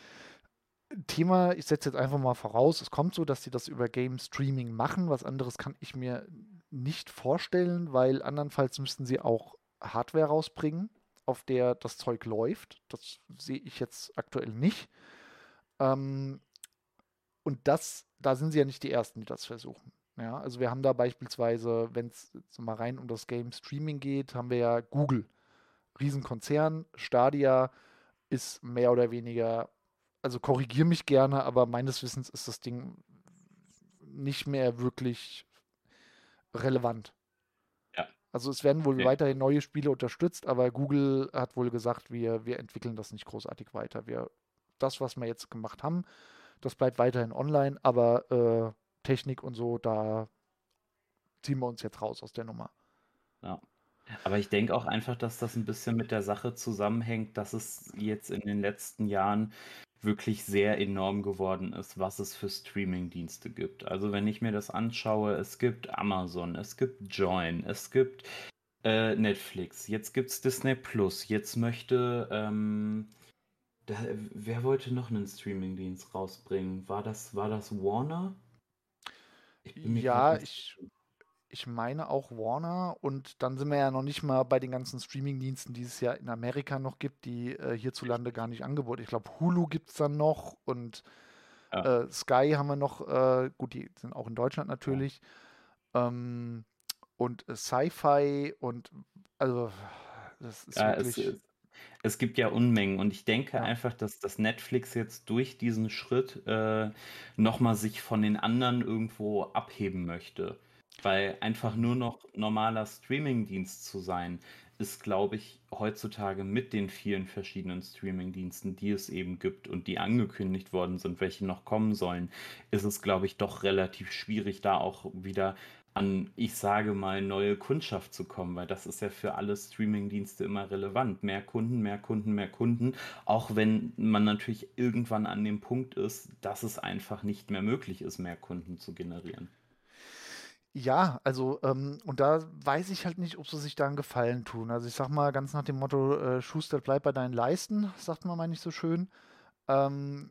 Thema, ich setze jetzt einfach mal voraus, es kommt so, dass sie das über Game Streaming machen. Was anderes kann ich mir nicht vorstellen, weil andernfalls müssten sie auch Hardware rausbringen, auf der das Zeug läuft. Das sehe ich jetzt aktuell nicht. Ähm, und das, da sind sie ja nicht die Ersten, die das versuchen. Ja, also wir haben da beispielsweise, wenn es mal rein um das Game Streaming geht, haben wir ja Google, Riesenkonzern, Stadia ist mehr oder weniger, also korrigiere mich gerne, aber meines Wissens ist das Ding nicht mehr wirklich relevant. Ja, Also es werden wohl nee. weiterhin neue Spiele unterstützt, aber Google hat wohl gesagt, wir, wir entwickeln das nicht großartig weiter. Wir, das, was wir jetzt gemacht haben, das bleibt weiterhin online, aber äh, Technik und so, da ziehen wir uns jetzt raus aus der Nummer. Ja. Aber ich denke auch einfach, dass das ein bisschen mit der Sache zusammenhängt, dass es jetzt in den letzten Jahren wirklich sehr enorm geworden ist, was es für Streaming-Dienste gibt. Also wenn ich mir das anschaue, es gibt Amazon, es gibt Join, es gibt äh, Netflix, jetzt gibt es Disney Plus, jetzt möchte, ähm, da, wer wollte noch einen Streaming-Dienst rausbringen? War das, war das Warner? Ich bin mir gerade Ja, nicht ich, sicher. ich meine auch Warner und dann sind wir ja noch nicht mal bei den ganzen Streaming-Diensten, die es ja in Amerika noch gibt, die äh, hierzulande gar nicht angeboten. Ich glaube, Hulu gibt es dann noch und Ja. Äh, Sky haben wir noch, äh, gut, die sind auch in Deutschland natürlich. Ähm, und äh, Sci-Fi und also das ist Ja, es, wirklich, es, es gibt ja Unmengen und ich denke ja. einfach, dass das Netflix jetzt durch diesen Schritt äh, nochmal sich von den anderen irgendwo abheben möchte. Weil einfach Mhm. nur noch normaler Streamingdienst zu sein, ist, glaube ich, heutzutage mit den vielen verschiedenen Streamingdiensten, die es eben gibt und die angekündigt worden sind, welche noch kommen sollen, ist es, glaube ich, doch relativ schwierig, da auch wieder an, ich sage mal, neue Kundschaft zu kommen, weil das ist ja für alle Streamingdienste immer relevant. Mehr Kunden, mehr Kunden, mehr Kunden, auch wenn man natürlich irgendwann an dem Punkt ist, dass es einfach nicht mehr möglich ist, mehr Kunden zu generieren. Ja, also, ähm, und da weiß ich halt nicht, ob sie sich da einen Gefallen tun. Also ich sag mal ganz nach dem Motto, äh, Schuster, bleib bei deinen Leisten, sagt man mal nicht so schön. Ähm,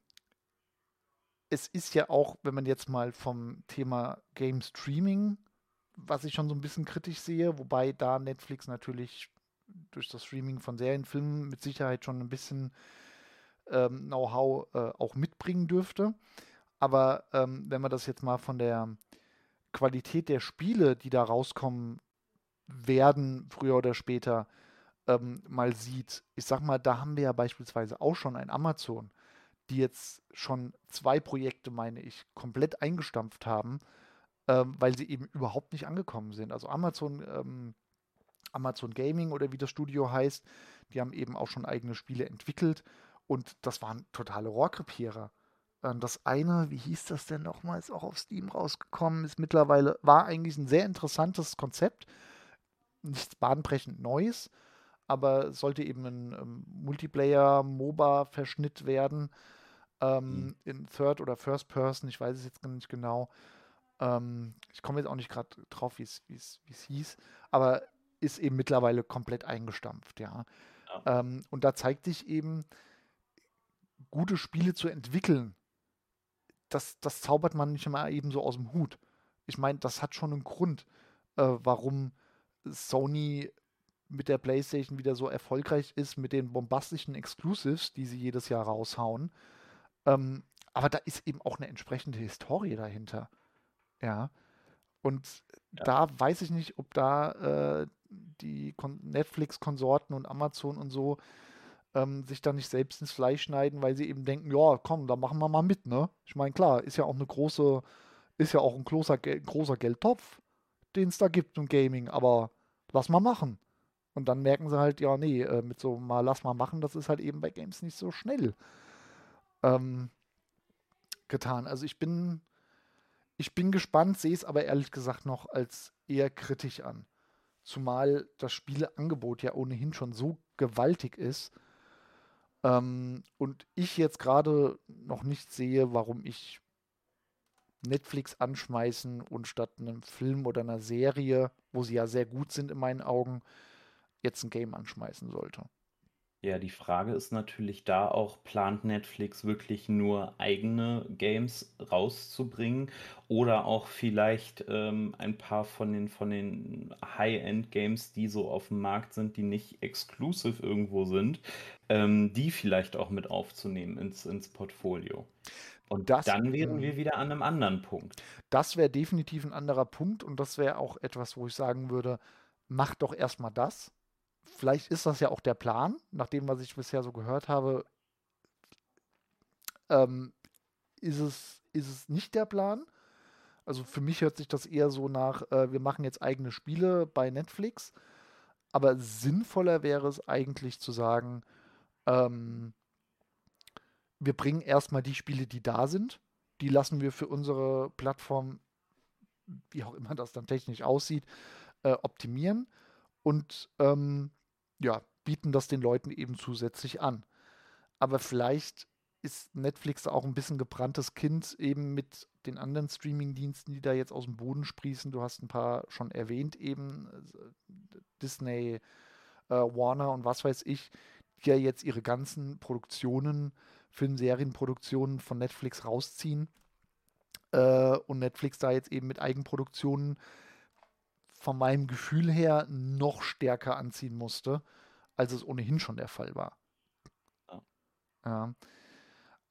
Es ist ja auch, wenn man jetzt mal vom Thema Game Streaming, was ich schon so ein bisschen kritisch sehe, wobei da Netflix natürlich durch das Streaming von Serien, Filmen mit Sicherheit schon ein bisschen ähm, Know-how äh, auch mitbringen dürfte. Aber ähm, wenn man das jetzt mal von der Qualität der Spiele, die da rauskommen werden, früher oder später, ähm, mal sieht, ich sag mal, da haben wir ja beispielsweise auch schon ein Amazon, die jetzt schon zwei Projekte, meine ich, komplett eingestampft haben, ähm, weil sie eben überhaupt nicht angekommen sind. Also Amazon, ähm, Amazon Gaming oder wie das Studio heißt, die haben eben auch schon eigene Spiele entwickelt und das waren totale Rohrkrepierer. Ähm, das eine, wie hieß das denn nochmal, ist auch auf Steam rausgekommen, ist mittlerweile, war eigentlich ein sehr interessantes Konzept, nichts bahnbrechend Neues, aber es sollte eben ein ähm, Multiplayer-MOBA-Verschnitt werden, Hm. ähm, in Third oder First Person, ich weiß es jetzt gar nicht genau. Ähm, ich komme jetzt auch nicht gerade drauf, wie es wie es wie es hieß, aber ist eben mittlerweile komplett eingestampft, ja. Ja. Ähm, und da zeigt sich eben, gute Spiele zu entwickeln, das, das zaubert man nicht immer eben so aus dem Hut. Ich meine, das hat schon einen Grund, äh, warum Sony mit der PlayStation wieder so erfolgreich ist mit den bombastischen Exclusives, die sie jedes Jahr raushauen. Ähm, aber da ist eben auch eine entsprechende Historie dahinter. Ja. Und Ja. da weiß ich nicht, ob da äh, die Kon Netflix-Konsorten und Amazon und so ähm, sich da nicht selbst ins Fleisch schneiden, weil sie eben denken, ja, komm, da machen wir mal mit, ne? Ich meine, klar, ist ja auch eine große, ist ja auch ein großer, Gel großer Geldtopf, den es da gibt im Gaming, aber lass mal machen. Und dann merken sie halt, ja, nee, äh, mit so mal lass mal machen, das ist halt eben bei Games nicht so schnell ähm, getan. Also ich bin, ich bin gespannt, sehe es aber ehrlich gesagt noch als eher kritisch an. Zumal das Spieleangebot ja ohnehin schon so gewaltig ist. Ähm, und ich jetzt gerade noch nicht sehe, warum ich Netflix anschmeißen und statt einem Film oder einer Serie, wo sie ja sehr gut sind in meinen Augen, jetzt ein Game anschmeißen sollte. Ja, die Frage ist natürlich da auch, plant Netflix wirklich nur eigene Games rauszubringen oder auch vielleicht ähm, ein paar von den, von den High-End-Games, die so auf dem Markt sind, die nicht exclusive irgendwo sind, ähm, die vielleicht auch mit aufzunehmen ins, ins Portfolio. Und Das, dann wären mh, wir wieder an einem anderen Punkt. das wäre definitiv ein anderer Punkt und das wäre auch etwas, wo ich sagen würde, mach doch erstmal das. Vielleicht ist das ja auch der Plan, nach dem, was ich bisher so gehört habe, ähm, ist es, ist es nicht der Plan. Also für mich hört sich das eher so nach, äh, wir machen jetzt eigene Spiele bei Netflix, aber sinnvoller wäre es eigentlich zu sagen, ähm, wir bringen erstmal die Spiele, die da sind, die lassen wir für unsere Plattform, wie auch immer das dann technisch aussieht, äh, optimieren und ähm, ja, bieten das den Leuten eben zusätzlich an. Aber vielleicht ist Netflix auch ein bisschen gebranntes Kind eben mit den anderen Streaming-Diensten, die da jetzt aus dem Boden sprießen. Du hast ein paar schon erwähnt, eben äh, Disney, äh, Warner und was weiß ich, die ja jetzt ihre ganzen Produktionen, Film-Serienproduktionen von Netflix rausziehen äh, und Netflix da jetzt eben mit Eigenproduktionen von meinem Gefühl her noch stärker anziehen musste, als es ohnehin schon der Fall war. Ja. Ja.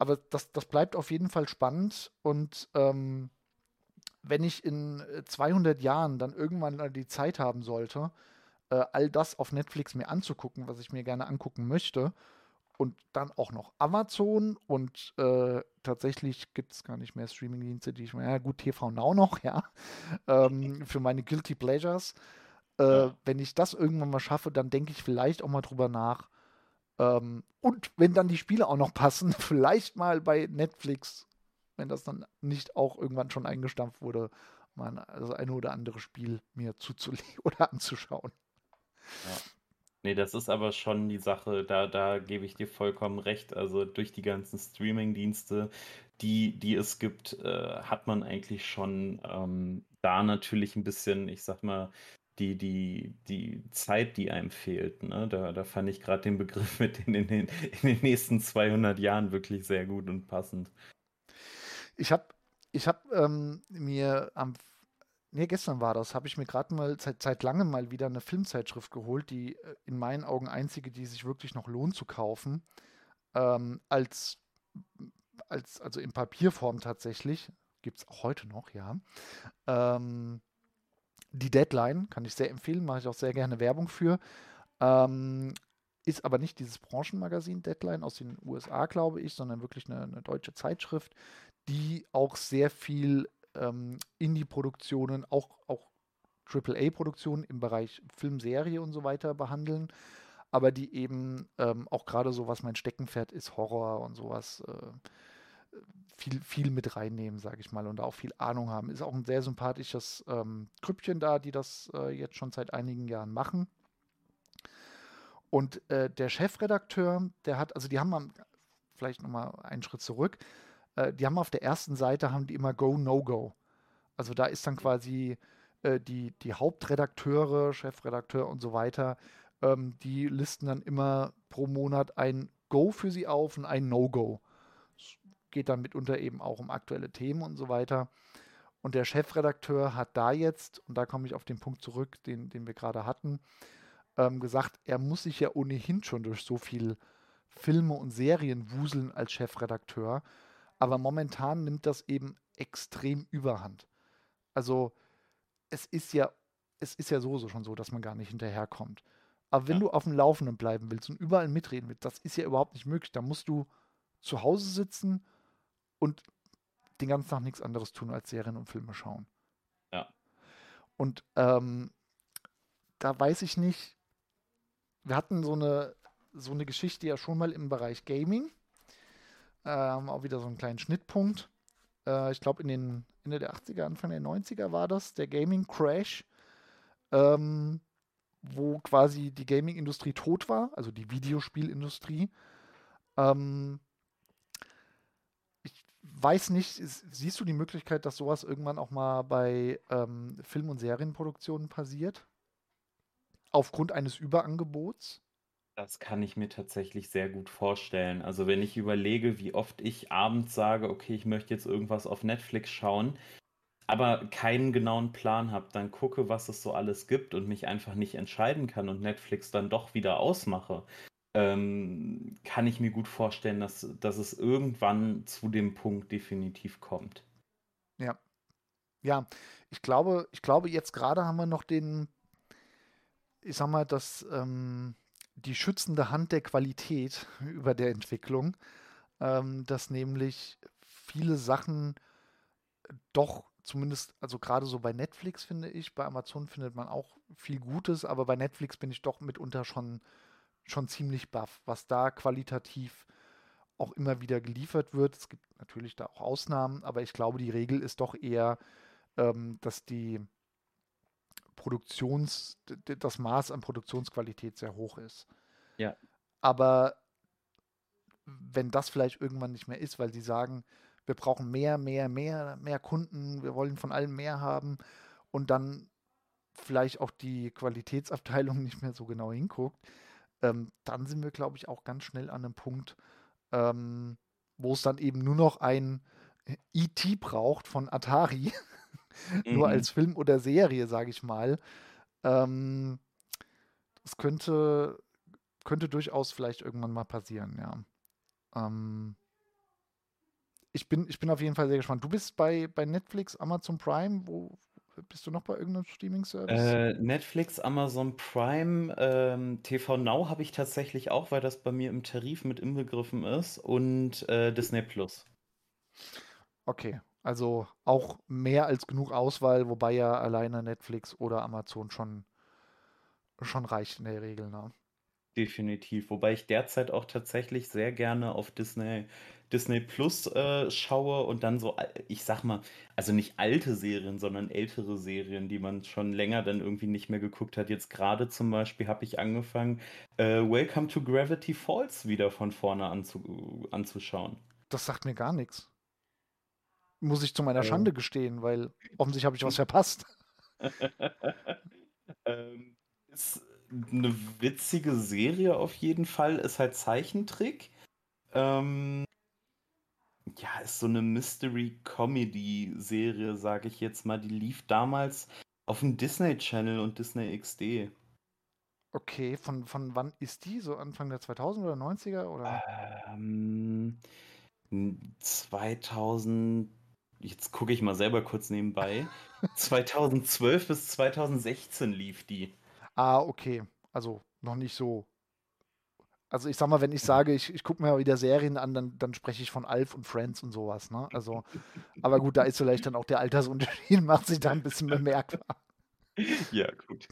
aber das, das bleibt auf jeden Fall spannend und ähm, wenn ich in äh, zweihundert Jahren dann irgendwann mal die Zeit haben sollte, äh, all das auf Netflix mir anzugucken, was ich mir gerne angucken möchte, und dann auch noch Amazon und äh, tatsächlich gibt es gar nicht mehr Streamingdienste, die ich mir, ja gut, T V Now noch, ja, ähm, für meine Guilty Pleasures. Äh, Ja. wenn ich das irgendwann mal schaffe, dann denke ich vielleicht auch mal drüber nach. Ähm, und wenn dann die Spiele auch noch passen, vielleicht mal bei Netflix, wenn das dann nicht auch irgendwann schon eingestampft wurde, mal das eine oder andere Spiel mir zuzulegen oder anzuschauen. Ja. Nee, das ist aber schon die Sache, da, da gebe ich dir vollkommen recht. Also durch die ganzen Streaming-Dienste, die, die es gibt, äh, hat man eigentlich schon ähm, da natürlich ein bisschen, ich sag mal, die, die, die Zeit, die einem fehlt. Ne? Da, da fand ich gerade den Begriff mit in, in, den, in den nächsten zweihundert Jahren wirklich sehr gut und passend. Ich habe ich hab, ähm, mir am, nee, gestern war das, habe ich mir gerade mal seit, seit langem mal wieder eine Filmzeitschrift geholt, die äh, in meinen Augen einzige, die sich wirklich noch lohnt zu kaufen, ähm, als, als, also in Papierform tatsächlich, gibt es auch heute noch, ja. Ähm, die Deadline kann ich sehr empfehlen, mache ich auch sehr gerne Werbung für. Ähm, ist aber nicht dieses Branchenmagazin Deadline aus den U S A, glaube ich, sondern wirklich eine, eine deutsche Zeitschrift, die auch sehr viel ähm, Indie-Produktionen, auch, auch Triple A-Produktionen im Bereich Film, Serie und so weiter behandeln, aber die eben ähm, auch gerade so, was mein Steckenpferd ist, Horror und sowas, äh, viel, viel mit reinnehmen, sage ich mal, und da auch viel Ahnung haben. Ist auch ein sehr sympathisches ähm, Grüppchen da, die das äh, jetzt schon seit einigen Jahren machen. Und äh, der Chefredakteur, der hat, also die haben am, vielleicht nochmal einen Schritt zurück, äh, die haben auf der ersten Seite haben die immer Go, No Go. Also da ist dann quasi äh, die, die Hauptredakteure, Chefredakteur und so weiter, ähm, die listen dann immer pro Monat ein Go für sie auf und ein No-Go. Es geht dann mitunter eben auch um aktuelle Themen und so weiter. Und der Chefredakteur hat da jetzt, und da komme ich auf den Punkt zurück, den, den wir gerade hatten, ähm, gesagt, er muss sich ja ohnehin schon durch so viel Filme und Serien wuseln als Chefredakteur. Aber momentan nimmt das eben extrem überhand. Also es ist ja, es ist ja sowieso schon so, dass man gar nicht hinterherkommt. Aber wenn Ja. du auf dem Laufenden bleiben willst und überall mitreden willst, das ist ja überhaupt nicht möglich. Da musst du zu Hause sitzen und den ganzen Tag nichts anderes tun als Serien und Filme schauen. Ja. Und ähm, da weiß ich nicht, wir hatten so eine, so eine Geschichte ja schon mal im Bereich Gaming. Ähm, auch wieder so einen kleinen Schnittpunkt. Äh, ich glaube, in den Ende der achtziger, Anfang der neunziger war das, der Gaming Crash, ähm, wo quasi die Gaming-Industrie tot war, also die Videospielindustrie. Ähm, ich weiß nicht, ist, siehst du die Möglichkeit, dass sowas irgendwann auch mal bei ähm, Film- und Serienproduktionen passiert? Aufgrund eines Überangebots? Das kann ich mir tatsächlich sehr gut vorstellen. Also wenn ich überlege, wie oft ich abends sage, okay, ich möchte jetzt irgendwas auf Netflix schauen, aber keinen genauen Plan habe, dann gucke, was es so alles gibt und mich einfach nicht entscheiden kann und Netflix dann doch wieder ausmache, ähm, kann ich mir gut vorstellen, dass, dass es irgendwann zu dem Punkt definitiv kommt. Ja. Ja, ich glaube, ich glaube, jetzt gerade haben wir noch den, ich sag mal, das, ähm, die schützende Hand der Qualität über der Entwicklung, ähm, dass nämlich viele Sachen doch zumindest, also gerade so bei Netflix finde ich, bei Amazon findet man auch viel Gutes, aber bei Netflix bin ich doch mitunter schon, schon ziemlich baff, was da qualitativ auch immer wieder geliefert wird. Es gibt natürlich da auch Ausnahmen, aber ich glaube, die Regel ist doch eher, ähm, dass die Produktions, das Maß an Produktionsqualität sehr hoch ist. Ja, Aber wenn das vielleicht irgendwann nicht mehr ist, weil sie sagen, wir brauchen mehr, mehr, mehr, mehr Kunden, wir wollen von allem mehr haben und dann vielleicht auch die Qualitätsabteilung nicht mehr so genau hinguckt, ähm, dann sind wir, glaube ich, auch ganz schnell an einem Punkt, ähm, wo es dann eben nur noch ein E T braucht von Atari, nur mhm. als Film oder Serie, sage ich mal. Ähm, das könnte, könnte durchaus vielleicht irgendwann mal passieren, ja. Ähm, ich bin, ich bin auf jeden Fall sehr gespannt. Du bist bei, bei Netflix, Amazon Prime, wo bist du noch bei irgendeinem Streaming-Service? Äh, Netflix, Amazon Prime, ähm, T V Now habe ich tatsächlich auch, weil das bei mir im Tarif mit inbegriffen ist und äh, Disney Plus. Okay, also auch mehr als genug Auswahl, wobei ja alleine Netflix oder Amazon schon, schon reicht in der Regel, ne? Definitiv. Wobei ich derzeit auch tatsächlich sehr gerne auf Disney, Disney Plus äh, schaue und dann so, al- ich sag mal, also nicht alte Serien, sondern ältere Serien, die man schon länger dann irgendwie nicht mehr geguckt hat. Jetzt gerade zum Beispiel habe ich angefangen, äh, Welcome to Gravity Falls wieder von vorne anzu anzuschauen. Das sagt mir gar nichts. Muss ich zu meiner Äh, Schande gestehen, weil offensichtlich habe ich was verpasst. ähm, ist eine witzige Serie auf jeden Fall, ist halt Zeichentrick. Ähm, Ja, ist so eine Mystery-Comedy-Serie, sage ich jetzt mal. Die lief damals auf dem Disney Channel und Disney X D. Okay, von, von wann ist die? So Anfang der zweitausender oder neunziger oder? Ähm, zweitausend, jetzt gucke ich mal selber kurz nebenbei. zweitausendzwölf bis zweitausendsechzehn lief die. Ah, okay. Also noch nicht so. Also ich sag mal, wenn ich sage, ich, ich gucke mir mal wieder Serien an, dann, dann spreche ich von Alf und Friends und sowas, ne? Also, aber gut, da ist vielleicht dann auch der Altersunterschied, macht sich da ein bisschen bemerkbar. Ja, gut.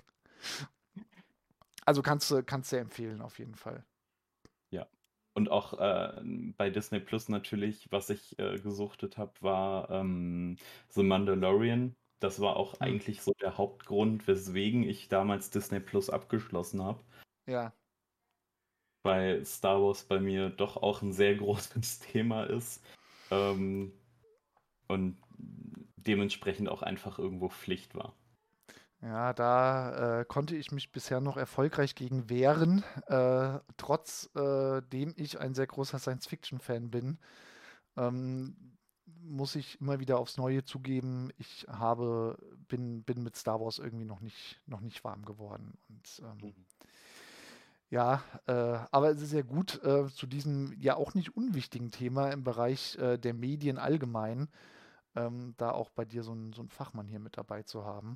Also kannst du, kannst du empfehlen, auf jeden Fall. Ja. Und auch äh, bei Disney Plus natürlich, was ich äh, gesuchtet habe, war ähm, The Mandalorian. Das war auch Hm. eigentlich so der Hauptgrund, weswegen ich damals Disney Plus abgeschlossen habe, Ja. weil Star Wars bei mir doch auch ein sehr großes Thema ist ähm, und dementsprechend auch einfach irgendwo Pflicht war. Ja, da äh, konnte ich mich bisher noch erfolgreich gegen wehren, äh, trotz äh, dem ich ein sehr großer Science-Fiction-Fan bin. Ähm, muss ich immer wieder aufs Neue zugeben, ich habe, bin, bin mit Star Wars irgendwie noch nicht, noch nicht warm geworden. Und ähm, Mhm. ja, äh, aber es ist ja gut, äh, zu diesem ja auch nicht unwichtigen Thema im Bereich äh, der Medien allgemein, ähm, da auch bei dir so ein, so ein Fachmann hier mit dabei zu haben.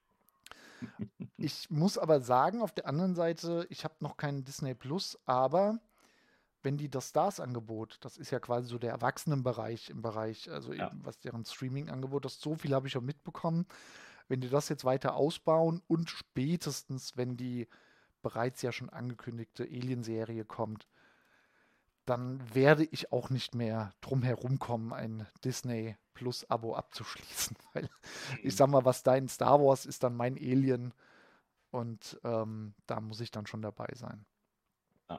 Ich muss aber sagen, auf der anderen Seite, ich habe noch keinen Disney Plus, aber wenn die das Stars-Angebot, das ist ja quasi so der Erwachsenenbereich im Bereich, also Ja. eben was deren Streaming-Angebot ist, so viel habe ich schon mitbekommen. Wenn die das jetzt weiter ausbauen und spätestens, wenn die bereits ja schon angekündigte Alien-Serie kommt, dann werde ich auch nicht mehr drum herum kommen, ein Disney Plus-Abo abzuschließen. Weil ich Mhm. sag mal, was dein Star Wars ist, dann mein Alien. Und ähm, da muss ich dann schon dabei sein. Ja.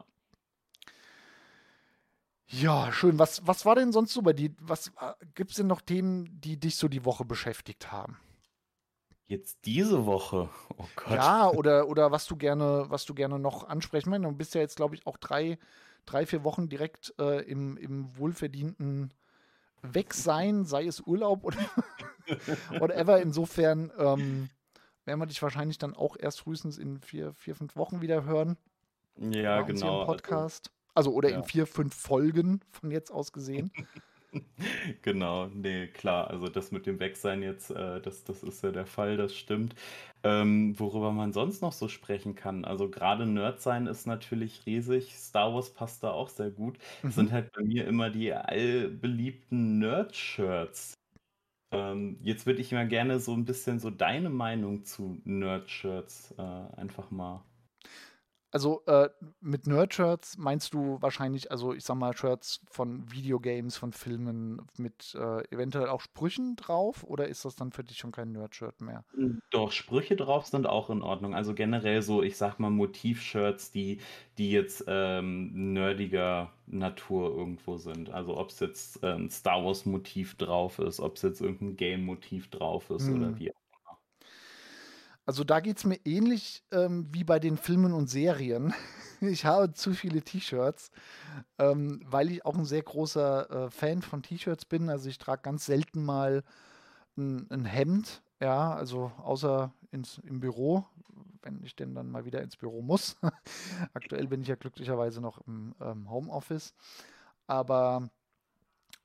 Ja, schön. Was, was war denn sonst so bei dir? Was gibt es denn noch Themen, die dich so die Woche beschäftigt haben? Jetzt diese Woche, oh Gott. Ja, oder, oder was du gerne, was du gerne noch ansprechen möchtest. Du bist ja jetzt, glaube ich, auch drei, drei, vier Wochen direkt äh, im, im wohlverdienten Wegsein, sei es Urlaub oder whatever. Insofern ähm, werden wir dich wahrscheinlich dann auch erst frühestens in vier, vier, fünf Wochen wieder hören Ja, bei uns hier im genau. Also, Podcast. Also, oder in ja. vier, fünf Folgen von jetzt aus gesehen. Genau, nee, klar, also das mit dem Wegsein jetzt, äh, das, das ist ja der Fall, das stimmt. Ähm, worüber man sonst noch so sprechen kann, also gerade Nerd-Sein ist natürlich riesig, Star Wars passt da auch sehr gut, Mhm. sind halt bei mir immer die allbeliebten Nerd-Shirts. Ähm, jetzt würde ich mal gerne so ein bisschen so deine Meinung zu Nerd-Shirts äh, einfach mal. Also äh, mit Nerd-Shirts meinst du wahrscheinlich, also ich sag mal, Shirts von Videogames, von Filmen mit äh, eventuell auch Sprüchen drauf oder ist das dann für dich schon kein Nerd-Shirt mehr? Hm, doch, Sprüche drauf sind auch in Ordnung. Also generell so, ich sag mal, Motiv-Shirts, die, die jetzt ähm, nerdiger Natur irgendwo sind. Also ob es jetzt äh, ein Star Wars-Motiv drauf ist, ob es jetzt irgendein Game-Motiv drauf ist oder Hm. wie auch Also da geht es mir ähnlich ähm, wie bei den Filmen und Serien. Ich habe zu viele T-Shirts, ähm, weil ich auch ein sehr großer äh, Fan von T-Shirts bin. Also ich trage ganz selten mal ein, ein Hemd, ja, also außer ins, im Büro, wenn ich denn dann mal wieder ins Büro muss. Aktuell bin ich ja glücklicherweise noch im ähm, Homeoffice. Aber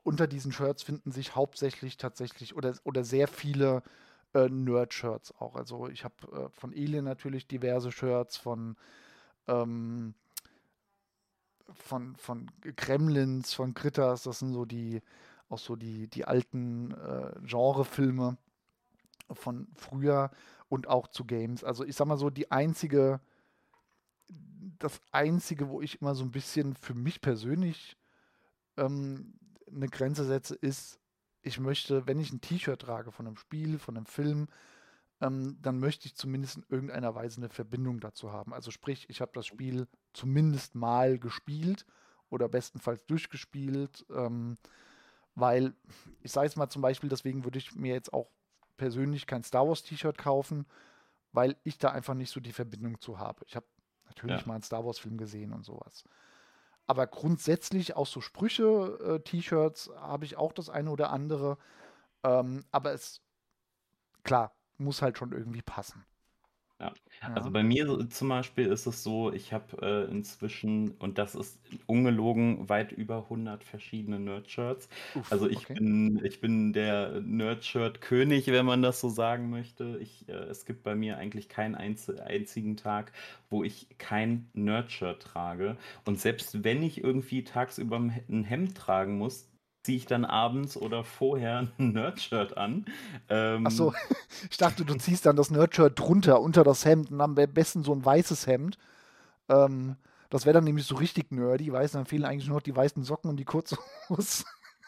unter diesen Shirts finden sich hauptsächlich tatsächlich oder, oder sehr viele äh, Nerd-Shirts auch. Also ich habe äh, von Alien natürlich diverse Shirts, von, ähm, von, von Gremlins, von Critters, das sind so die, auch so die, die alten äh, Genrefilme von früher und auch zu Games. Also ich sag mal so, die einzige, das einzige, wo ich immer so ein bisschen für mich persönlich ähm, eine Grenze setze, ist, ich möchte, wenn ich ein T-Shirt trage von einem Spiel, von einem Film, ähm, dann möchte ich zumindest in irgendeiner Weise eine Verbindung dazu haben. Also sprich, ich habe das Spiel zumindest mal gespielt oder bestenfalls durchgespielt, ähm, weil ich sage es mal zum Beispiel, deswegen würde ich mir jetzt auch persönlich kein Star Wars T-Shirt kaufen, weil ich da einfach nicht so die Verbindung zu habe. Ich habe natürlich Ja. mal einen Star Wars Film gesehen und sowas. Aber grundsätzlich auch so Sprüche, äh, T-Shirts habe ich auch das eine oder andere. Ähm, aber es, klar, muss halt schon irgendwie passen. Ja, also Ja. bei mir so- zum Beispiel ist es so, ich habe äh, inzwischen, und das ist ungelogen, weit über hundert verschiedene Nerd-Shirts. Uff, Also ich okay. bin, ich bin der Nerd-Shirt-König, wenn man das so sagen möchte. Ich, äh, es gibt bei mir eigentlich keinen einz einzigen Tag, wo ich kein Nerd-Shirt trage. Und selbst wenn ich irgendwie tagsüber ein Hemd tragen muss, ziehe ich dann abends oder vorher ein Nerd-Shirt an. Ach so, Ähm, ich dachte, du ziehst dann das Nerdshirt drunter, unter das Hemd und am besten so ein weißes Hemd. Ähm, das wäre dann nämlich so richtig nerdy, weißt du, dann fehlen eigentlich nur noch die weißen Socken und die kurze Hose.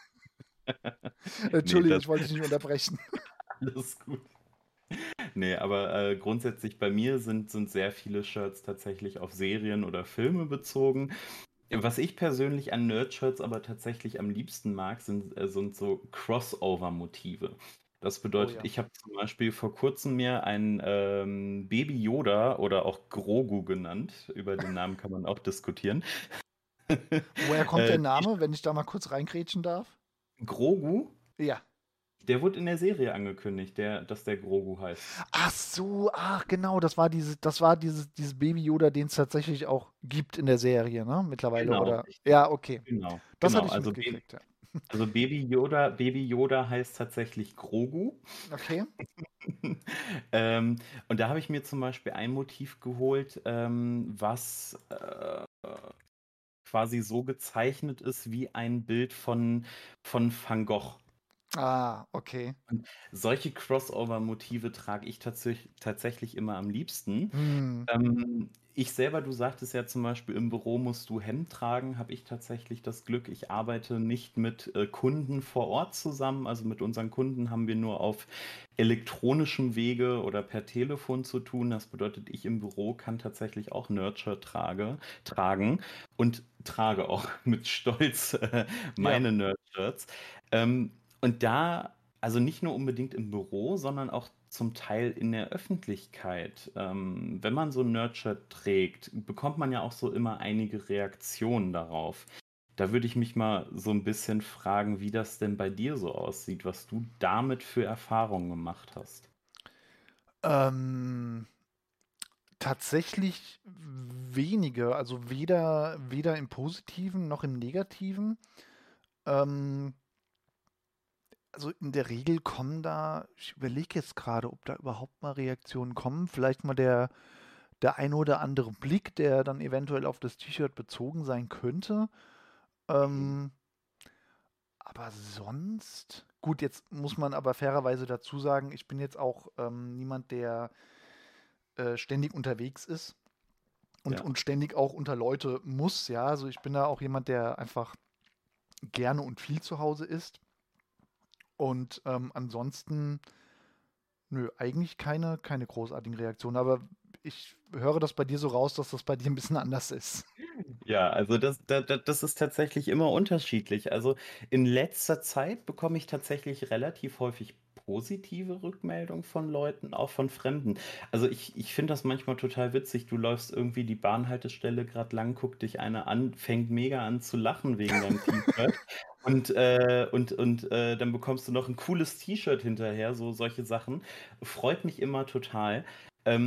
nee, Entschuldigung, das ich wollte dich nicht unterbrechen. alles gut. Nee, aber äh, grundsätzlich bei mir sind, sind sehr viele Shirts tatsächlich auf Serien oder Filme bezogen. Was ich persönlich an Nerd-Shirts aber tatsächlich am liebsten mag, sind, äh, sind so Crossover-Motive. Das Oh bedeutet, ja. ich habe zum Beispiel vor kurzem mir ein ähm, Baby Yoda oder auch Grogu genannt, über den Namen kann man auch diskutieren. Woher kommt der äh, Name, wenn ich da mal kurz reingrätschen darf? Grogu, Ja. der wurde in der Serie angekündigt, der, dass der Grogu heißt. Ach so, ach genau, das war diese, das war dieses, dieses Baby Yoda, den es tatsächlich auch gibt in der Serie, ne? Mittlerweile, Genau, oder? richtig. Ja, okay. Genau, Das hatte genau. ich Also, Ba- mitgekriegt, ja. also Baby Yoda, Baby Yoda heißt tatsächlich Grogu. Okay. ähm, und da habe ich mir zum Beispiel ein Motiv geholt, ähm, was äh, quasi so gezeichnet ist wie ein Bild von, von Van Gogh. Ah, okay. Und solche Crossover-Motive trage ich tatsächlich, tatsächlich immer am liebsten. Hm. Ähm, ich selber, du sagtest ja zum Beispiel, im Büro musst du Hemd tragen, habe ich tatsächlich das Glück, ich arbeite nicht mit äh, Kunden vor Ort zusammen. Also mit unseren Kunden haben wir nur auf elektronischem Wege oder per Telefon zu tun. Das bedeutet, ich im Büro kann tatsächlich auch Nurture trage, tragen und trage auch mit Stolz äh, Ja. meine Nerdshirts. Ähm, und da, also nicht nur unbedingt im Büro, sondern auch zum Teil in der Öffentlichkeit. Ähm, wenn man so ein Nerd-Shirt trägt, bekommt man ja auch so immer einige Reaktionen darauf. Da würde ich mich mal so ein bisschen fragen, wie das denn bei dir so aussieht, was du damit für Erfahrungen gemacht hast. Ähm, tatsächlich wenige, also weder, weder im Positiven noch im Negativen. Ähm, also in der Regel kommen da, ich überlege jetzt gerade, ob da überhaupt mal Reaktionen kommen. Vielleicht mal der, der ein oder andere Blick, der dann eventuell auf das T-Shirt bezogen sein könnte. Mhm. Ähm, aber sonst, gut, jetzt muss man aber fairerweise dazu sagen, ich bin jetzt auch ähm, niemand, der äh, ständig unterwegs ist und, Ja. und ständig auch unter Leute muss, ja. Also ich bin da auch jemand, der einfach gerne und viel zu Hause ist. Und ähm, ansonsten, nö, eigentlich keine, keine großartigen Reaktionen. Aber ich höre das bei dir so raus, dass das bei dir ein bisschen anders ist. Ja, also das, da- da- das ist tatsächlich immer unterschiedlich. Also in letzter Zeit bekomme ich tatsächlich relativ häufig positive Rückmeldungen von Leuten, auch von Fremden. Also ich, ich finde das manchmal total witzig. Du läufst irgendwie die Bahnhaltestelle gerade lang, guckt dich einer an, fängt mega an zu lachen wegen deinem T-Shirt. Und, äh, und, und äh, dann bekommst du noch ein cooles T-Shirt hinterher, so solche Sachen. Freut mich immer total. Ähm,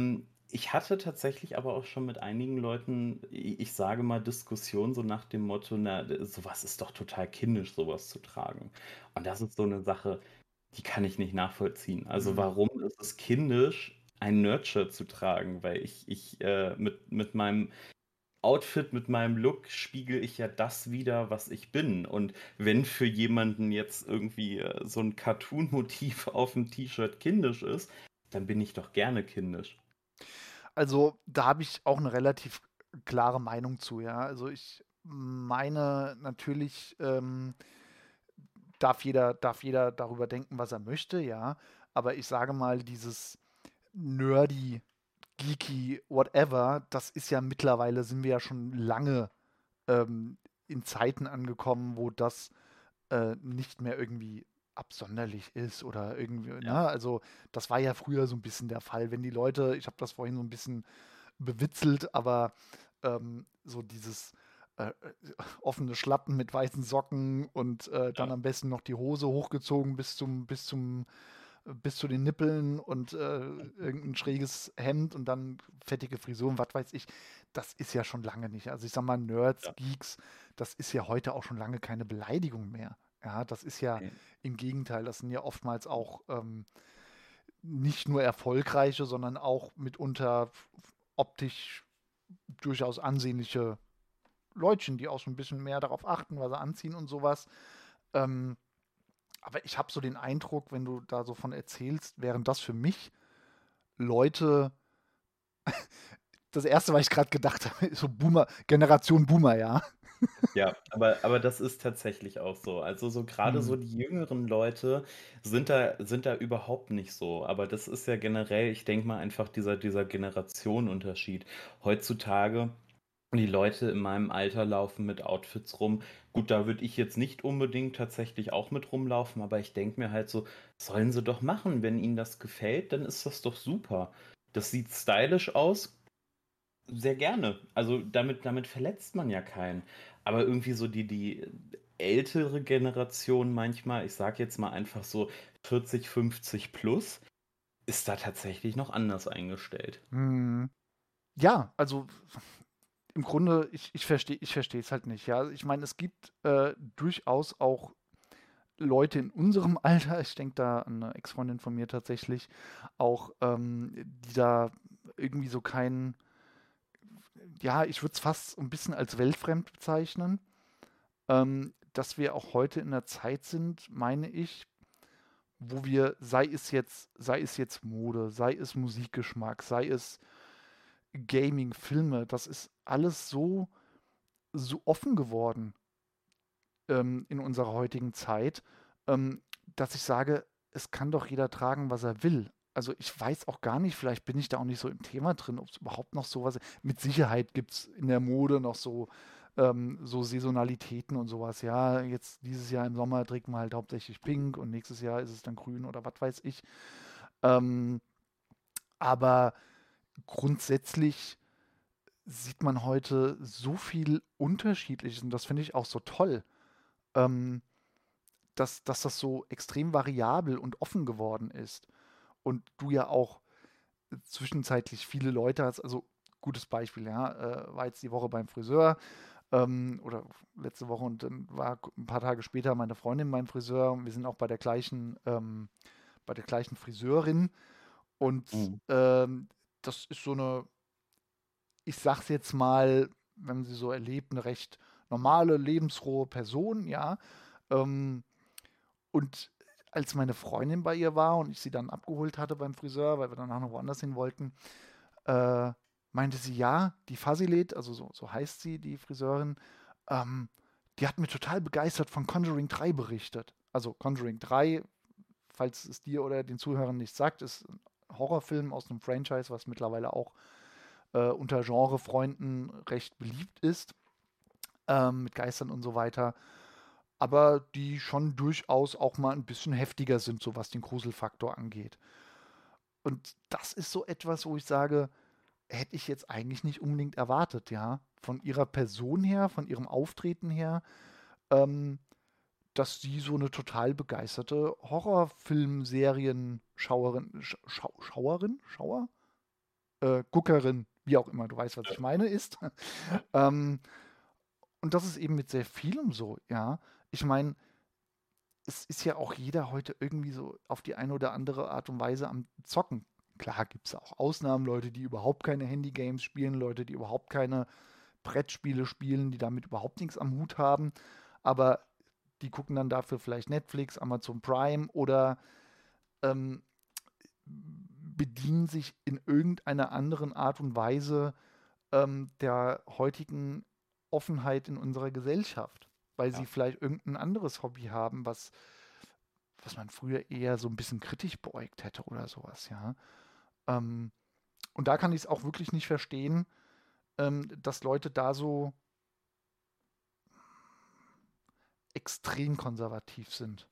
Ich hatte tatsächlich aber auch schon mit einigen Leuten, i ich sage mal, Diskussionen so nach dem Motto: „Na, d so ist doch total kindisch, sowas zu tragen.“ Und das ist so eine Sache, die kann ich nicht nachvollziehen. Also, Mhm. warum ist es kindisch, ein Nerdshirt zu tragen? Weil ich ich, äh mit mit meinem Outfit, mit meinem Look spiegele ich ja das wider, was ich bin. Und wenn für jemanden jetzt irgendwie, äh, so ein Cartoon-Motiv auf dem T-Shirt kindisch ist, dann bin ich doch gerne kindisch. Also, da habe ich auch eine relativ klare Meinung zu, ja. Also, ich meine natürlich, ähm, darf jeder darf jeder darüber denken, was er möchte, ja. Aber ich sage mal, dieses nerdy, geeky, whatever, das ist ja mittlerweile sind wir ja schon lange, ähm, in Zeiten angekommen, wo das, äh, nicht mehr irgendwie absonderlich ist oder irgendwie, ne? Ja. Also, das war ja früher so ein bisschen der Fall, wenn die Leute ich habe das vorhin so ein bisschen bewitzelt, aber ähm, so dieses äh, offene Schlappen mit weißen Socken und äh, dann Ja. am besten noch die Hose hochgezogen bis zum, bis zum, bis zu den Nippeln und äh, irgendein schräges Hemd und dann fettige Frisuren, was weiß ich. Das ist ja schon lange nicht. Also ich sag mal, Nerds, Ja. Geeks, das ist ja heute auch schon lange keine Beleidigung mehr. Ja, das ist ja Ne. im Gegenteil, das sind ja oftmals auch ähm, nicht nur erfolgreiche, sondern auch mitunter optisch durchaus ansehnliche Leutchen, die auch so ein bisschen mehr darauf achten, was sie anziehen und sowas. Ähm, aber ich habe so den Eindruck, wenn du da so von erzählst, wären das für mich Leute, das erste, was ich gerade gedacht habe, ist so Boomer, Generation Boomer, ja. Ja, aber aber das ist tatsächlich auch so. Also, so gerade Hm. so die jüngeren Leute sind da sind da überhaupt nicht so. Aber das ist ja generell, ich denke mal, einfach dieser dieser Generationenunterschied. Heutzutage die Leute in meinem Alter laufen mit Outfits rum. Gut, da würde ich jetzt nicht unbedingt tatsächlich auch mit rumlaufen, aber ich denke mir halt so, sollen sie doch machen. Wenn ihnen das gefällt, dann ist das doch super. Das sieht stylisch aus, sehr gerne. Also damit, damit verletzt man ja keinen. Aber irgendwie so die, die ältere Generation manchmal, ich sag jetzt mal einfach so vierzig, fünfzig plus, ist da tatsächlich noch anders eingestellt. Hm. Ja, also im Grunde, ich, ich verstehe ich verstehe es halt nicht. Ja, ich meine, es gibt äh, durchaus auch Leute in unserem Alter, ich denke da an eine Ex-Freundin von mir tatsächlich, auch ähm, die da irgendwie so keinen, ja, ich würde es fast ein bisschen als weltfremd bezeichnen, ähm, dass wir auch heute in einer Zeit sind, meine ich, wo wir, sei es jetzt, sei es jetzt Mode, sei es Musikgeschmack, sei es Gaming, Filme, das ist alles so, so offen geworden ähm, in unserer heutigen Zeit, ähm, dass ich sage, es kann doch jeder tragen, was er will. Also ich weiß auch gar nicht, vielleicht bin ich da auch nicht so im Thema drin, ob es überhaupt noch sowas. Mit Sicherheit gibt es in der Mode noch so, ähm, so Saisonalitäten und sowas. Ja, jetzt dieses Jahr im Sommer trägt man halt hauptsächlich pink und nächstes Jahr ist es dann grün oder was weiß ich. Ähm, aber grundsätzlich sieht man heute so viel Unterschiedliches und das finde ich auch so toll. Ähm, dass, dass das so extrem variabel und offen geworden ist. Und du ja auch zwischenzeitlich viele Leute hast, also gutes Beispiel, ja, äh, war jetzt die Woche beim Friseur ähm, oder letzte Woche und dann war ein paar Tage später meine Freundin beim Friseur und wir sind auch bei der gleichen, ähm, bei der gleichen Friseurin und Mhm. ähm, das ist so eine, ich sag's jetzt mal, wenn man sie so erlebt, eine recht normale, lebensfrohe Person, ja. Ähm, Und als meine Freundin bei ihr war und ich sie dann abgeholt hatte beim Friseur, weil wir danach noch woanders hin wollten, äh, meinte sie, ja, die Fasilet, also so, so heißt sie, die Friseurin, ähm, die hat mir total begeistert von Conjuring drei berichtet. Also Conjuring drei, falls es dir oder den Zuhörern nicht sagt, ist ein Horrorfilm aus einem Franchise, was mittlerweile auch äh, unter Genrefreunden recht beliebt ist, ähm, mit Geistern und so weiter, aber die schon durchaus auch mal ein bisschen heftiger sind, so was den Gruselfaktor angeht. Und das ist so etwas, wo ich sage, hätte ich jetzt eigentlich nicht unbedingt erwartet, ja. Von ihrer Person her, von ihrem Auftreten her, ähm, dass sie so eine total begeisterte Horrorfilmserien-Schauerin, Sch Schau Schauerin? Schauer? äh, Guckerin, wie auch immer, du weißt, was Ja. ich meine, ist. ähm, und das ist eben mit sehr vielem so, ja. Ich meine, es ist ja auch jeder heute irgendwie so auf die eine oder andere Art und Weise am Zocken. Klar gibt es auch Ausnahmen, Leute, die überhaupt keine Handy-Games spielen, Leute, die überhaupt keine Brettspiele spielen, die damit überhaupt nichts am Hut haben, aber die gucken dann dafür vielleicht Netflix, Amazon Prime oder ähm, bedienen sich in irgendeiner anderen Art und Weise ähm, der heutigen Offenheit in unserer Gesellschaft, weil sie Ja. vielleicht irgendein anderes Hobby haben, was, was man früher eher so ein bisschen kritisch beäugt hätte oder sowas, ja. Ähm, und da kann ich es auch wirklich nicht verstehen, ähm, dass Leute da so extrem konservativ sind.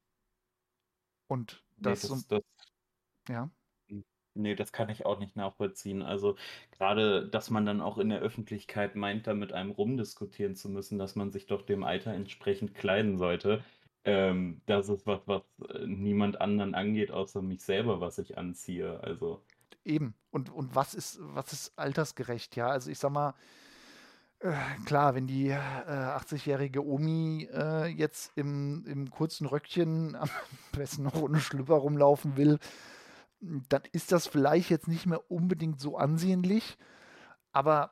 Und Nee, das so, das, das ja, Hm, ne, das kann ich auch nicht nachvollziehen. Also, gerade, dass man dann auch in der Öffentlichkeit meint, da mit einem rumdiskutieren zu müssen, dass man sich doch dem Alter entsprechend kleiden sollte. Ähm, das ist was, was, äh, niemand anderen angeht, außer mich selber, was ich anziehe. Also, eben. Und, und was ist, was ist altersgerecht, ja? Also ich sag mal, äh, klar, wenn die äh, achtzig-jährige Omi äh, jetzt im, im kurzen Röckchen, am besten noch ohne Schlüpper rumlaufen will, dann ist das vielleicht jetzt nicht mehr unbedingt so ansehnlich, aber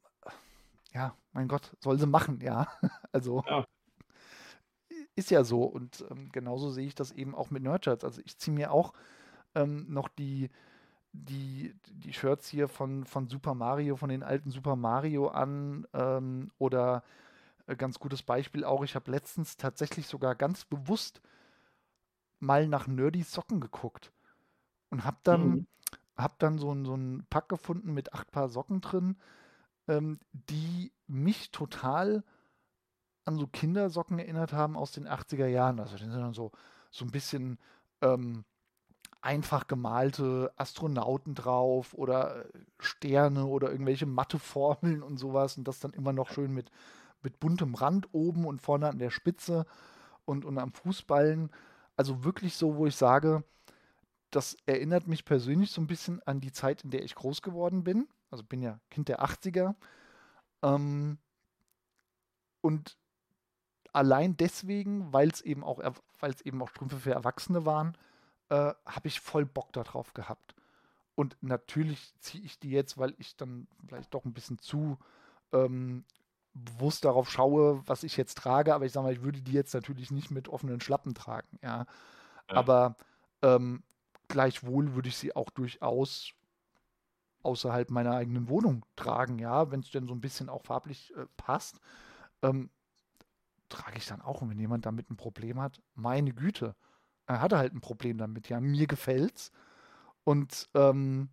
ja, mein Gott, soll sie machen, ja. Also ja, ist ja so und ähm, genauso sehe ich das eben auch mit Nerdshirts. Also ich ziehe mir auch ähm, noch die, die, die Shirts hier von, von Super Mario, von den alten Super Mario an ähm, oder äh, ganz gutes Beispiel auch, ich habe letztens tatsächlich sogar ganz bewusst mal nach Nerdy Socken geguckt und habe dann, mhm, hab dann so, ein- so ein Pack gefunden mit acht Paar Socken drin, ähm, die mich total an so Kindersocken erinnert haben aus den achtziger Jahren. Also die sind dann so, so ein bisschen ähm, einfach gemalte Astronauten drauf oder äh, Sterne oder irgendwelche Matheformeln und sowas und das dann immer noch schön mit, mit buntem Rand oben und vorne an der Spitze und, und am Fußballen. Also wirklich so, wo ich sage, das erinnert mich persönlich so ein bisschen an die Zeit, in der ich groß geworden bin. Also bin ja Kind der achtziger. Ähm, und allein deswegen, weil es eben auch, weil es eben auch Strümpfe für Erwachsene waren, äh, habe ich voll Bock darauf gehabt. Und natürlich ziehe ich die jetzt, weil ich dann vielleicht doch ein bisschen zu ähm, bewusst darauf schaue, was ich jetzt trage. Aber ich sage mal, ich würde die jetzt natürlich nicht mit offenen Schlappen tragen, ja. ja, Aber ähm, gleichwohl würde ich sie auch durchaus außerhalb meiner eigenen Wohnung tragen, ja, wenn es denn so ein bisschen auch farblich äh, passt. Ähm, trage ich dann auch. Und wenn jemand damit ein Problem hat, meine Güte, er hatte halt ein Problem damit. Ja, mir gefällt's. Und ähm,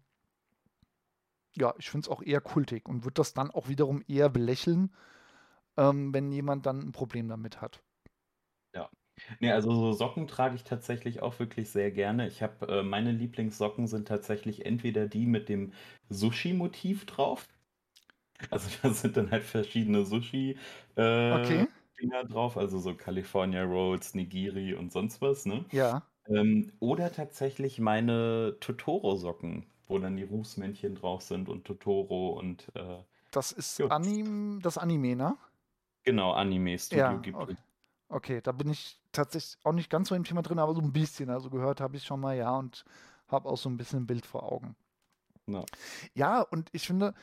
ja, ich finde es auch eher kultig und würde das dann auch wiederum eher belächeln, ähm, wenn jemand dann ein Problem damit hat. ja. Ne, also so Socken trage ich tatsächlich auch wirklich sehr gerne. Ich habe äh, meine Lieblingssocken sind tatsächlich entweder die mit dem Sushi-Motiv drauf. Also da sind dann halt verschiedene Sushi, äh, Okay, Dinger drauf, also so California Rolls, Nigiri und sonst was, ne? ja, Ähm, oder tatsächlich meine Totoro-Socken, wo dann die Rußmännchen drauf sind und Totoro und äh, das ist jo, Anim, das Anime, ne? genau, Anime Studio Ja, okay. Ghibli. Okay, da bin ich tatsächlich auch nicht ganz so im Thema drin, aber so ein bisschen. Also gehört habe ich schon mal, ja, und habe auch so ein bisschen ein Bild vor Augen. Ja, Ja, und ich finde,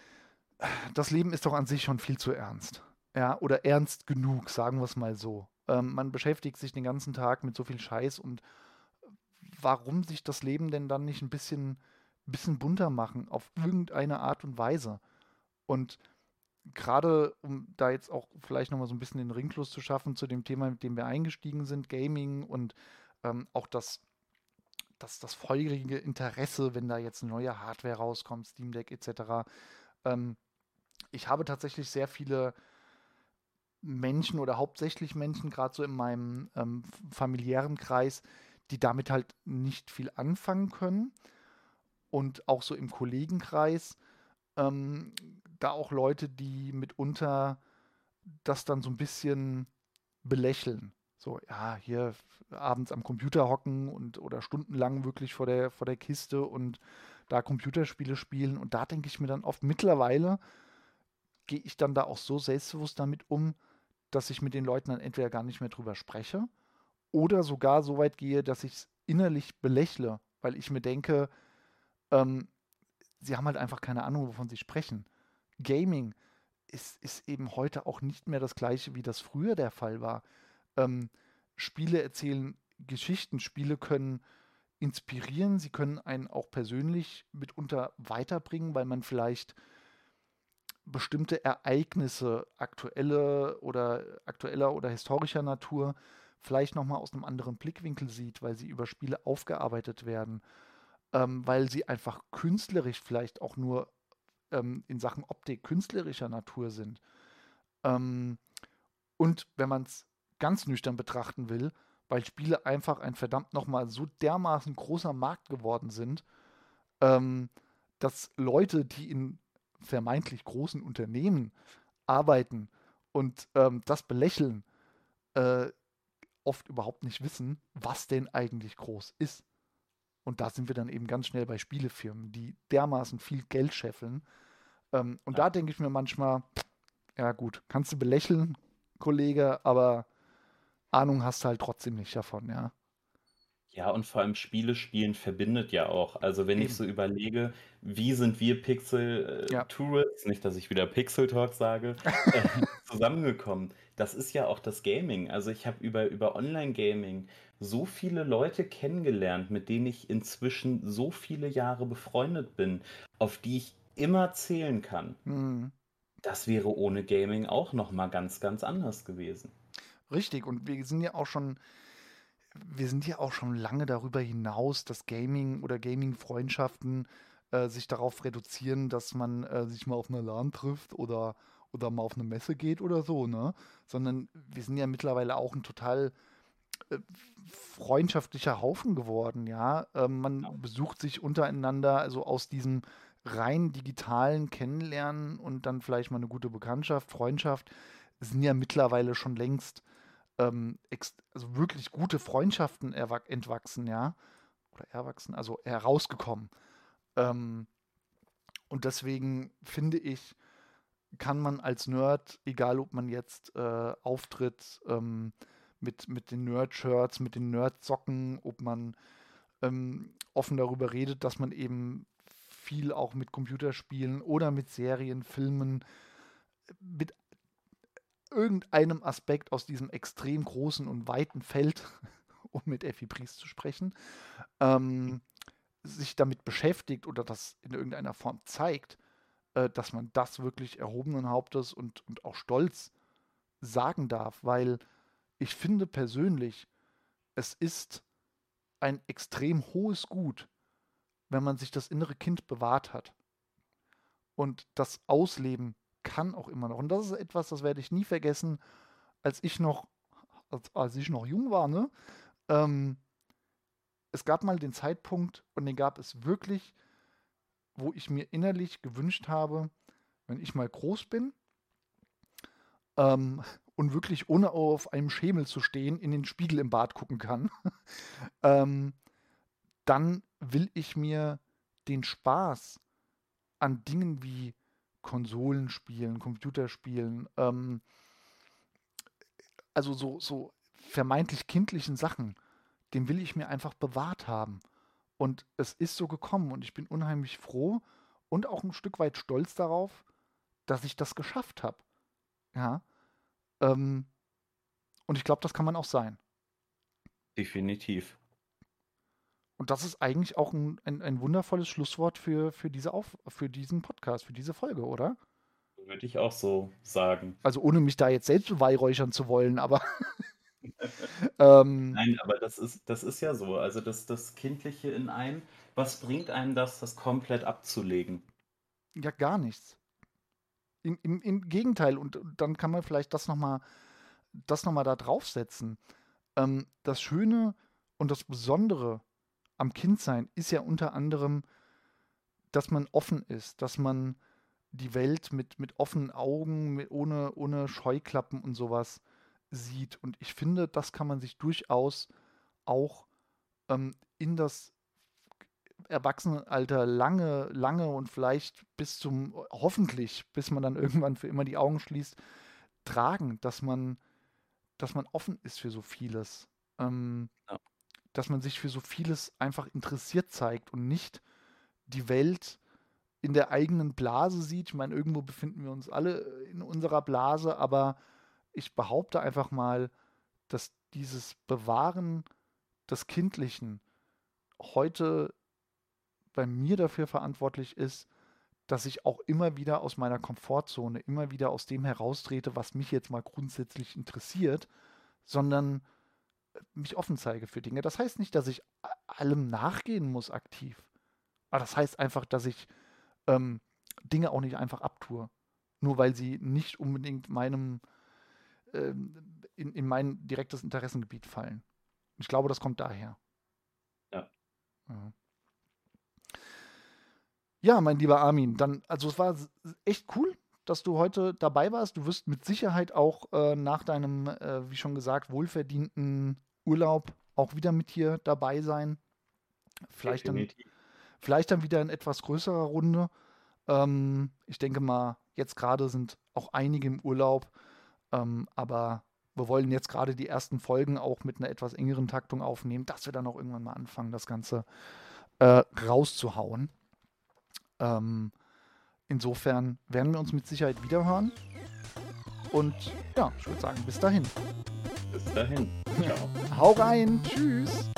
das Leben ist doch an sich schon viel zu ernst. Ja, oder ernst genug, sagen wir es mal so. Ähm, man beschäftigt sich den ganzen Tag mit so viel Scheiß und warum sich das Leben denn dann nicht ein bisschen, bisschen bunter machen, auf irgendeine Art und Weise? Und gerade, um da jetzt auch vielleicht nochmal so ein bisschen den Ringschluss zu schaffen zu dem Thema, mit dem wir eingestiegen sind, Gaming und ähm, auch das, das, das feurige Interesse, wenn da jetzt neue Hardware rauskommt, Steam Deck et cetera. Ähm, ich habe tatsächlich sehr viele Menschen oder hauptsächlich Menschen, gerade so in meinem ähm, familiären Kreis, die damit halt nicht viel anfangen können. Und auch so im Kollegenkreis, ähm, da auch Leute, die mitunter das dann so ein bisschen belächeln. So, ja, hier abends am Computer hocken und oder stundenlang wirklich vor der, vor der Kiste und da Computerspiele spielen. Und da denke ich mir dann oft, mittlerweile gehe ich dann da auch so selbstbewusst damit um, dass ich mit den Leuten dann entweder gar nicht mehr drüber spreche oder sogar so weit gehe, dass ich es innerlich belächle, weil ich mir denke, ähm, sie haben halt einfach keine Ahnung, wovon sie sprechen. Gaming ist, ist eben heute auch nicht mehr das gleiche, wie das früher der Fall war. Ähm, Spiele erzählen Geschichten, Spiele können inspirieren, sie können einen auch persönlich mitunter weiterbringen, weil man vielleicht bestimmte Ereignisse aktuelle oder aktueller oder historischer Natur vielleicht nochmal aus einem anderen Blickwinkel sieht, weil sie über Spiele aufgearbeitet werden, ähm, weil sie einfach künstlerisch vielleicht auch nur ähm, in Sachen Optik künstlerischer Natur sind. Ähm, und wenn man es ganz nüchtern betrachten will, weil Spiele einfach ein verdammt nochmal so dermaßen großer Markt geworden sind, ähm, dass Leute, die in vermeintlich großen Unternehmen arbeiten und ähm, das belächeln, äh, oft überhaupt nicht wissen, was denn eigentlich groß ist. Und da sind wir dann eben ganz schnell bei Spielefirmen, die dermaßen viel Geld scheffeln. Ähm, und da Ja. denke ich mir manchmal, ja gut, kannst du belächeln, Kollege, aber Ahnung hast du halt trotzdem nicht davon, ja. Ja, und vor allem Spiele spielen verbindet ja auch. Also wenn ich Eben, so überlege, wie sind wir Pixel ja. äh, Tourists, nicht, dass ich wieder Pixel Talk sage, äh, zusammengekommen. Das ist ja auch das Gaming. Also ich habe über, über Online-Gaming so viele Leute kennengelernt, mit denen ich inzwischen so viele Jahre befreundet bin, auf die ich immer zählen kann. Hm. Das wäre ohne Gaming auch noch mal ganz, ganz anders gewesen. Richtig, und wir sind ja auch schon, wir sind ja auch schon lange darüber hinaus, dass Gaming oder Gaming-Freundschaften äh, sich darauf reduzieren, dass man äh, sich mal auf einer LAN trifft oder, oder mal auf eine Messe geht oder so, ne? Sondern wir sind ja mittlerweile auch ein total äh, freundschaftlicher Haufen geworden, ja. Ähm, man besucht sich untereinander, also aus diesem rein digitalen Kennenlernen und dann vielleicht mal eine gute Bekanntschaft, Freundschaft, sind ja mittlerweile schon längst ähm, ex also wirklich gute Freundschaften erwa entwachsen, ja. Oder erwachsen, also herausgekommen. Ähm, und deswegen finde ich, kann man als Nerd, egal ob man jetzt äh, auftritt ähm, mit, mit den Nerd-Shirts, mit den Nerd-Socken, ob man ähm, offen darüber redet, dass man eben viel auch mit Computerspielen oder mit Serien, Filmen, mit irgendeinem Aspekt aus diesem extrem großen und weiten Feld, um mit Effi Briest zu sprechen, ähm, sich damit beschäftigt oder das in irgendeiner Form zeigt, äh, dass man das wirklich erhobenen Hauptes und, und auch stolz sagen darf, weil ich finde persönlich, es ist ein extrem hohes Gut, wenn man sich das innere Kind bewahrt hat. Und das Ausleben kann auch immer noch. Und das ist etwas, das werde ich nie vergessen, als ich noch, als, als ich noch jung war, ne? Ähm, es gab mal den Zeitpunkt, und den gab es wirklich, wo ich mir innerlich gewünscht habe, wenn ich mal groß bin, ähm, und wirklich ohne auf einem Schemel zu stehen, in den Spiegel im Bad gucken kann, ähm, dann will ich mir den Spaß an Dingen wie Konsolenspielen, Computerspielen, ähm, also so, so vermeintlich kindlichen Sachen, den will ich mir einfach bewahrt haben. Und es ist so gekommen und ich bin unheimlich froh und auch ein Stück weit stolz darauf, dass ich das geschafft habe. Ja. Ähm, und ich glaube, das kann man auch sein. Definitiv. Und das ist eigentlich auch ein, ein, ein wundervolles Schlusswort für, für, diese Auf, für diesen Podcast, für diese Folge, oder? Würde ich auch so sagen. Also ohne mich da jetzt selbst beweihräuchern zu wollen, aber ähm, Nein, aber das ist, das ist ja so. Also das, das Kindliche in einem, was bringt einem das, das komplett abzulegen? ja, gar nichts. Im, im, Im Gegenteil, und, und dann kann man vielleicht das nochmal das noch mal da draufsetzen. Ähm, das Schöne und das Besondere am Kindsein ist ja unter anderem, dass man offen ist, dass man die Welt mit, mit offenen Augen, mit, ohne, ohne Scheuklappen und sowas sieht. Und ich finde, das kann man sich durchaus auch ähm, in das Erwachsenenalter lange, lange und vielleicht bis zum, hoffentlich, bis man dann irgendwann für immer die Augen schließt, tragen, dass man, dass man offen ist für so vieles. Ähm, Ja. Dass man sich für so vieles einfach interessiert zeigt und nicht die Welt in der eigenen Blase sieht. Ich meine, irgendwo befinden wir uns alle in unserer Blase, aber ich behaupte einfach mal, dass dieses Bewahren des Kindlichen heute bei mir dafür verantwortlich ist, dass ich auch immer wieder aus meiner Komfortzone, immer wieder aus dem heraustrete, was mich jetzt mal grundsätzlich interessiert, sondern mich offen zeige für Dinge. Das heißt nicht, dass ich allem nachgehen muss aktiv. Aber das heißt einfach, dass ich ähm, Dinge auch nicht einfach abtue. Nur weil sie nicht unbedingt meinem ähm, in, in mein direktes Interessengebiet fallen. Ich glaube, das kommt daher. Ja. Ja. Ja, mein lieber Armin, dann, also es war echt cool, dass du heute dabei warst. Du wirst mit Sicherheit auch äh, nach deinem, äh, wie schon gesagt, wohlverdienten Urlaub auch wieder mit hier dabei sein. Vielleicht dann, vielleicht dann wieder in etwas größerer Runde. Ähm, ich denke mal, jetzt gerade sind auch einige im Urlaub, ähm, aber wir wollen jetzt gerade die ersten Folgen auch mit einer etwas engeren Taktung aufnehmen, dass wir dann auch irgendwann mal anfangen, das Ganze äh, rauszuhauen. Ähm, insofern werden wir uns mit Sicherheit wiederhören. Und ja, ich würde sagen, bis dahin. Bis dahin. Ciao. Hau rein. Tschüss.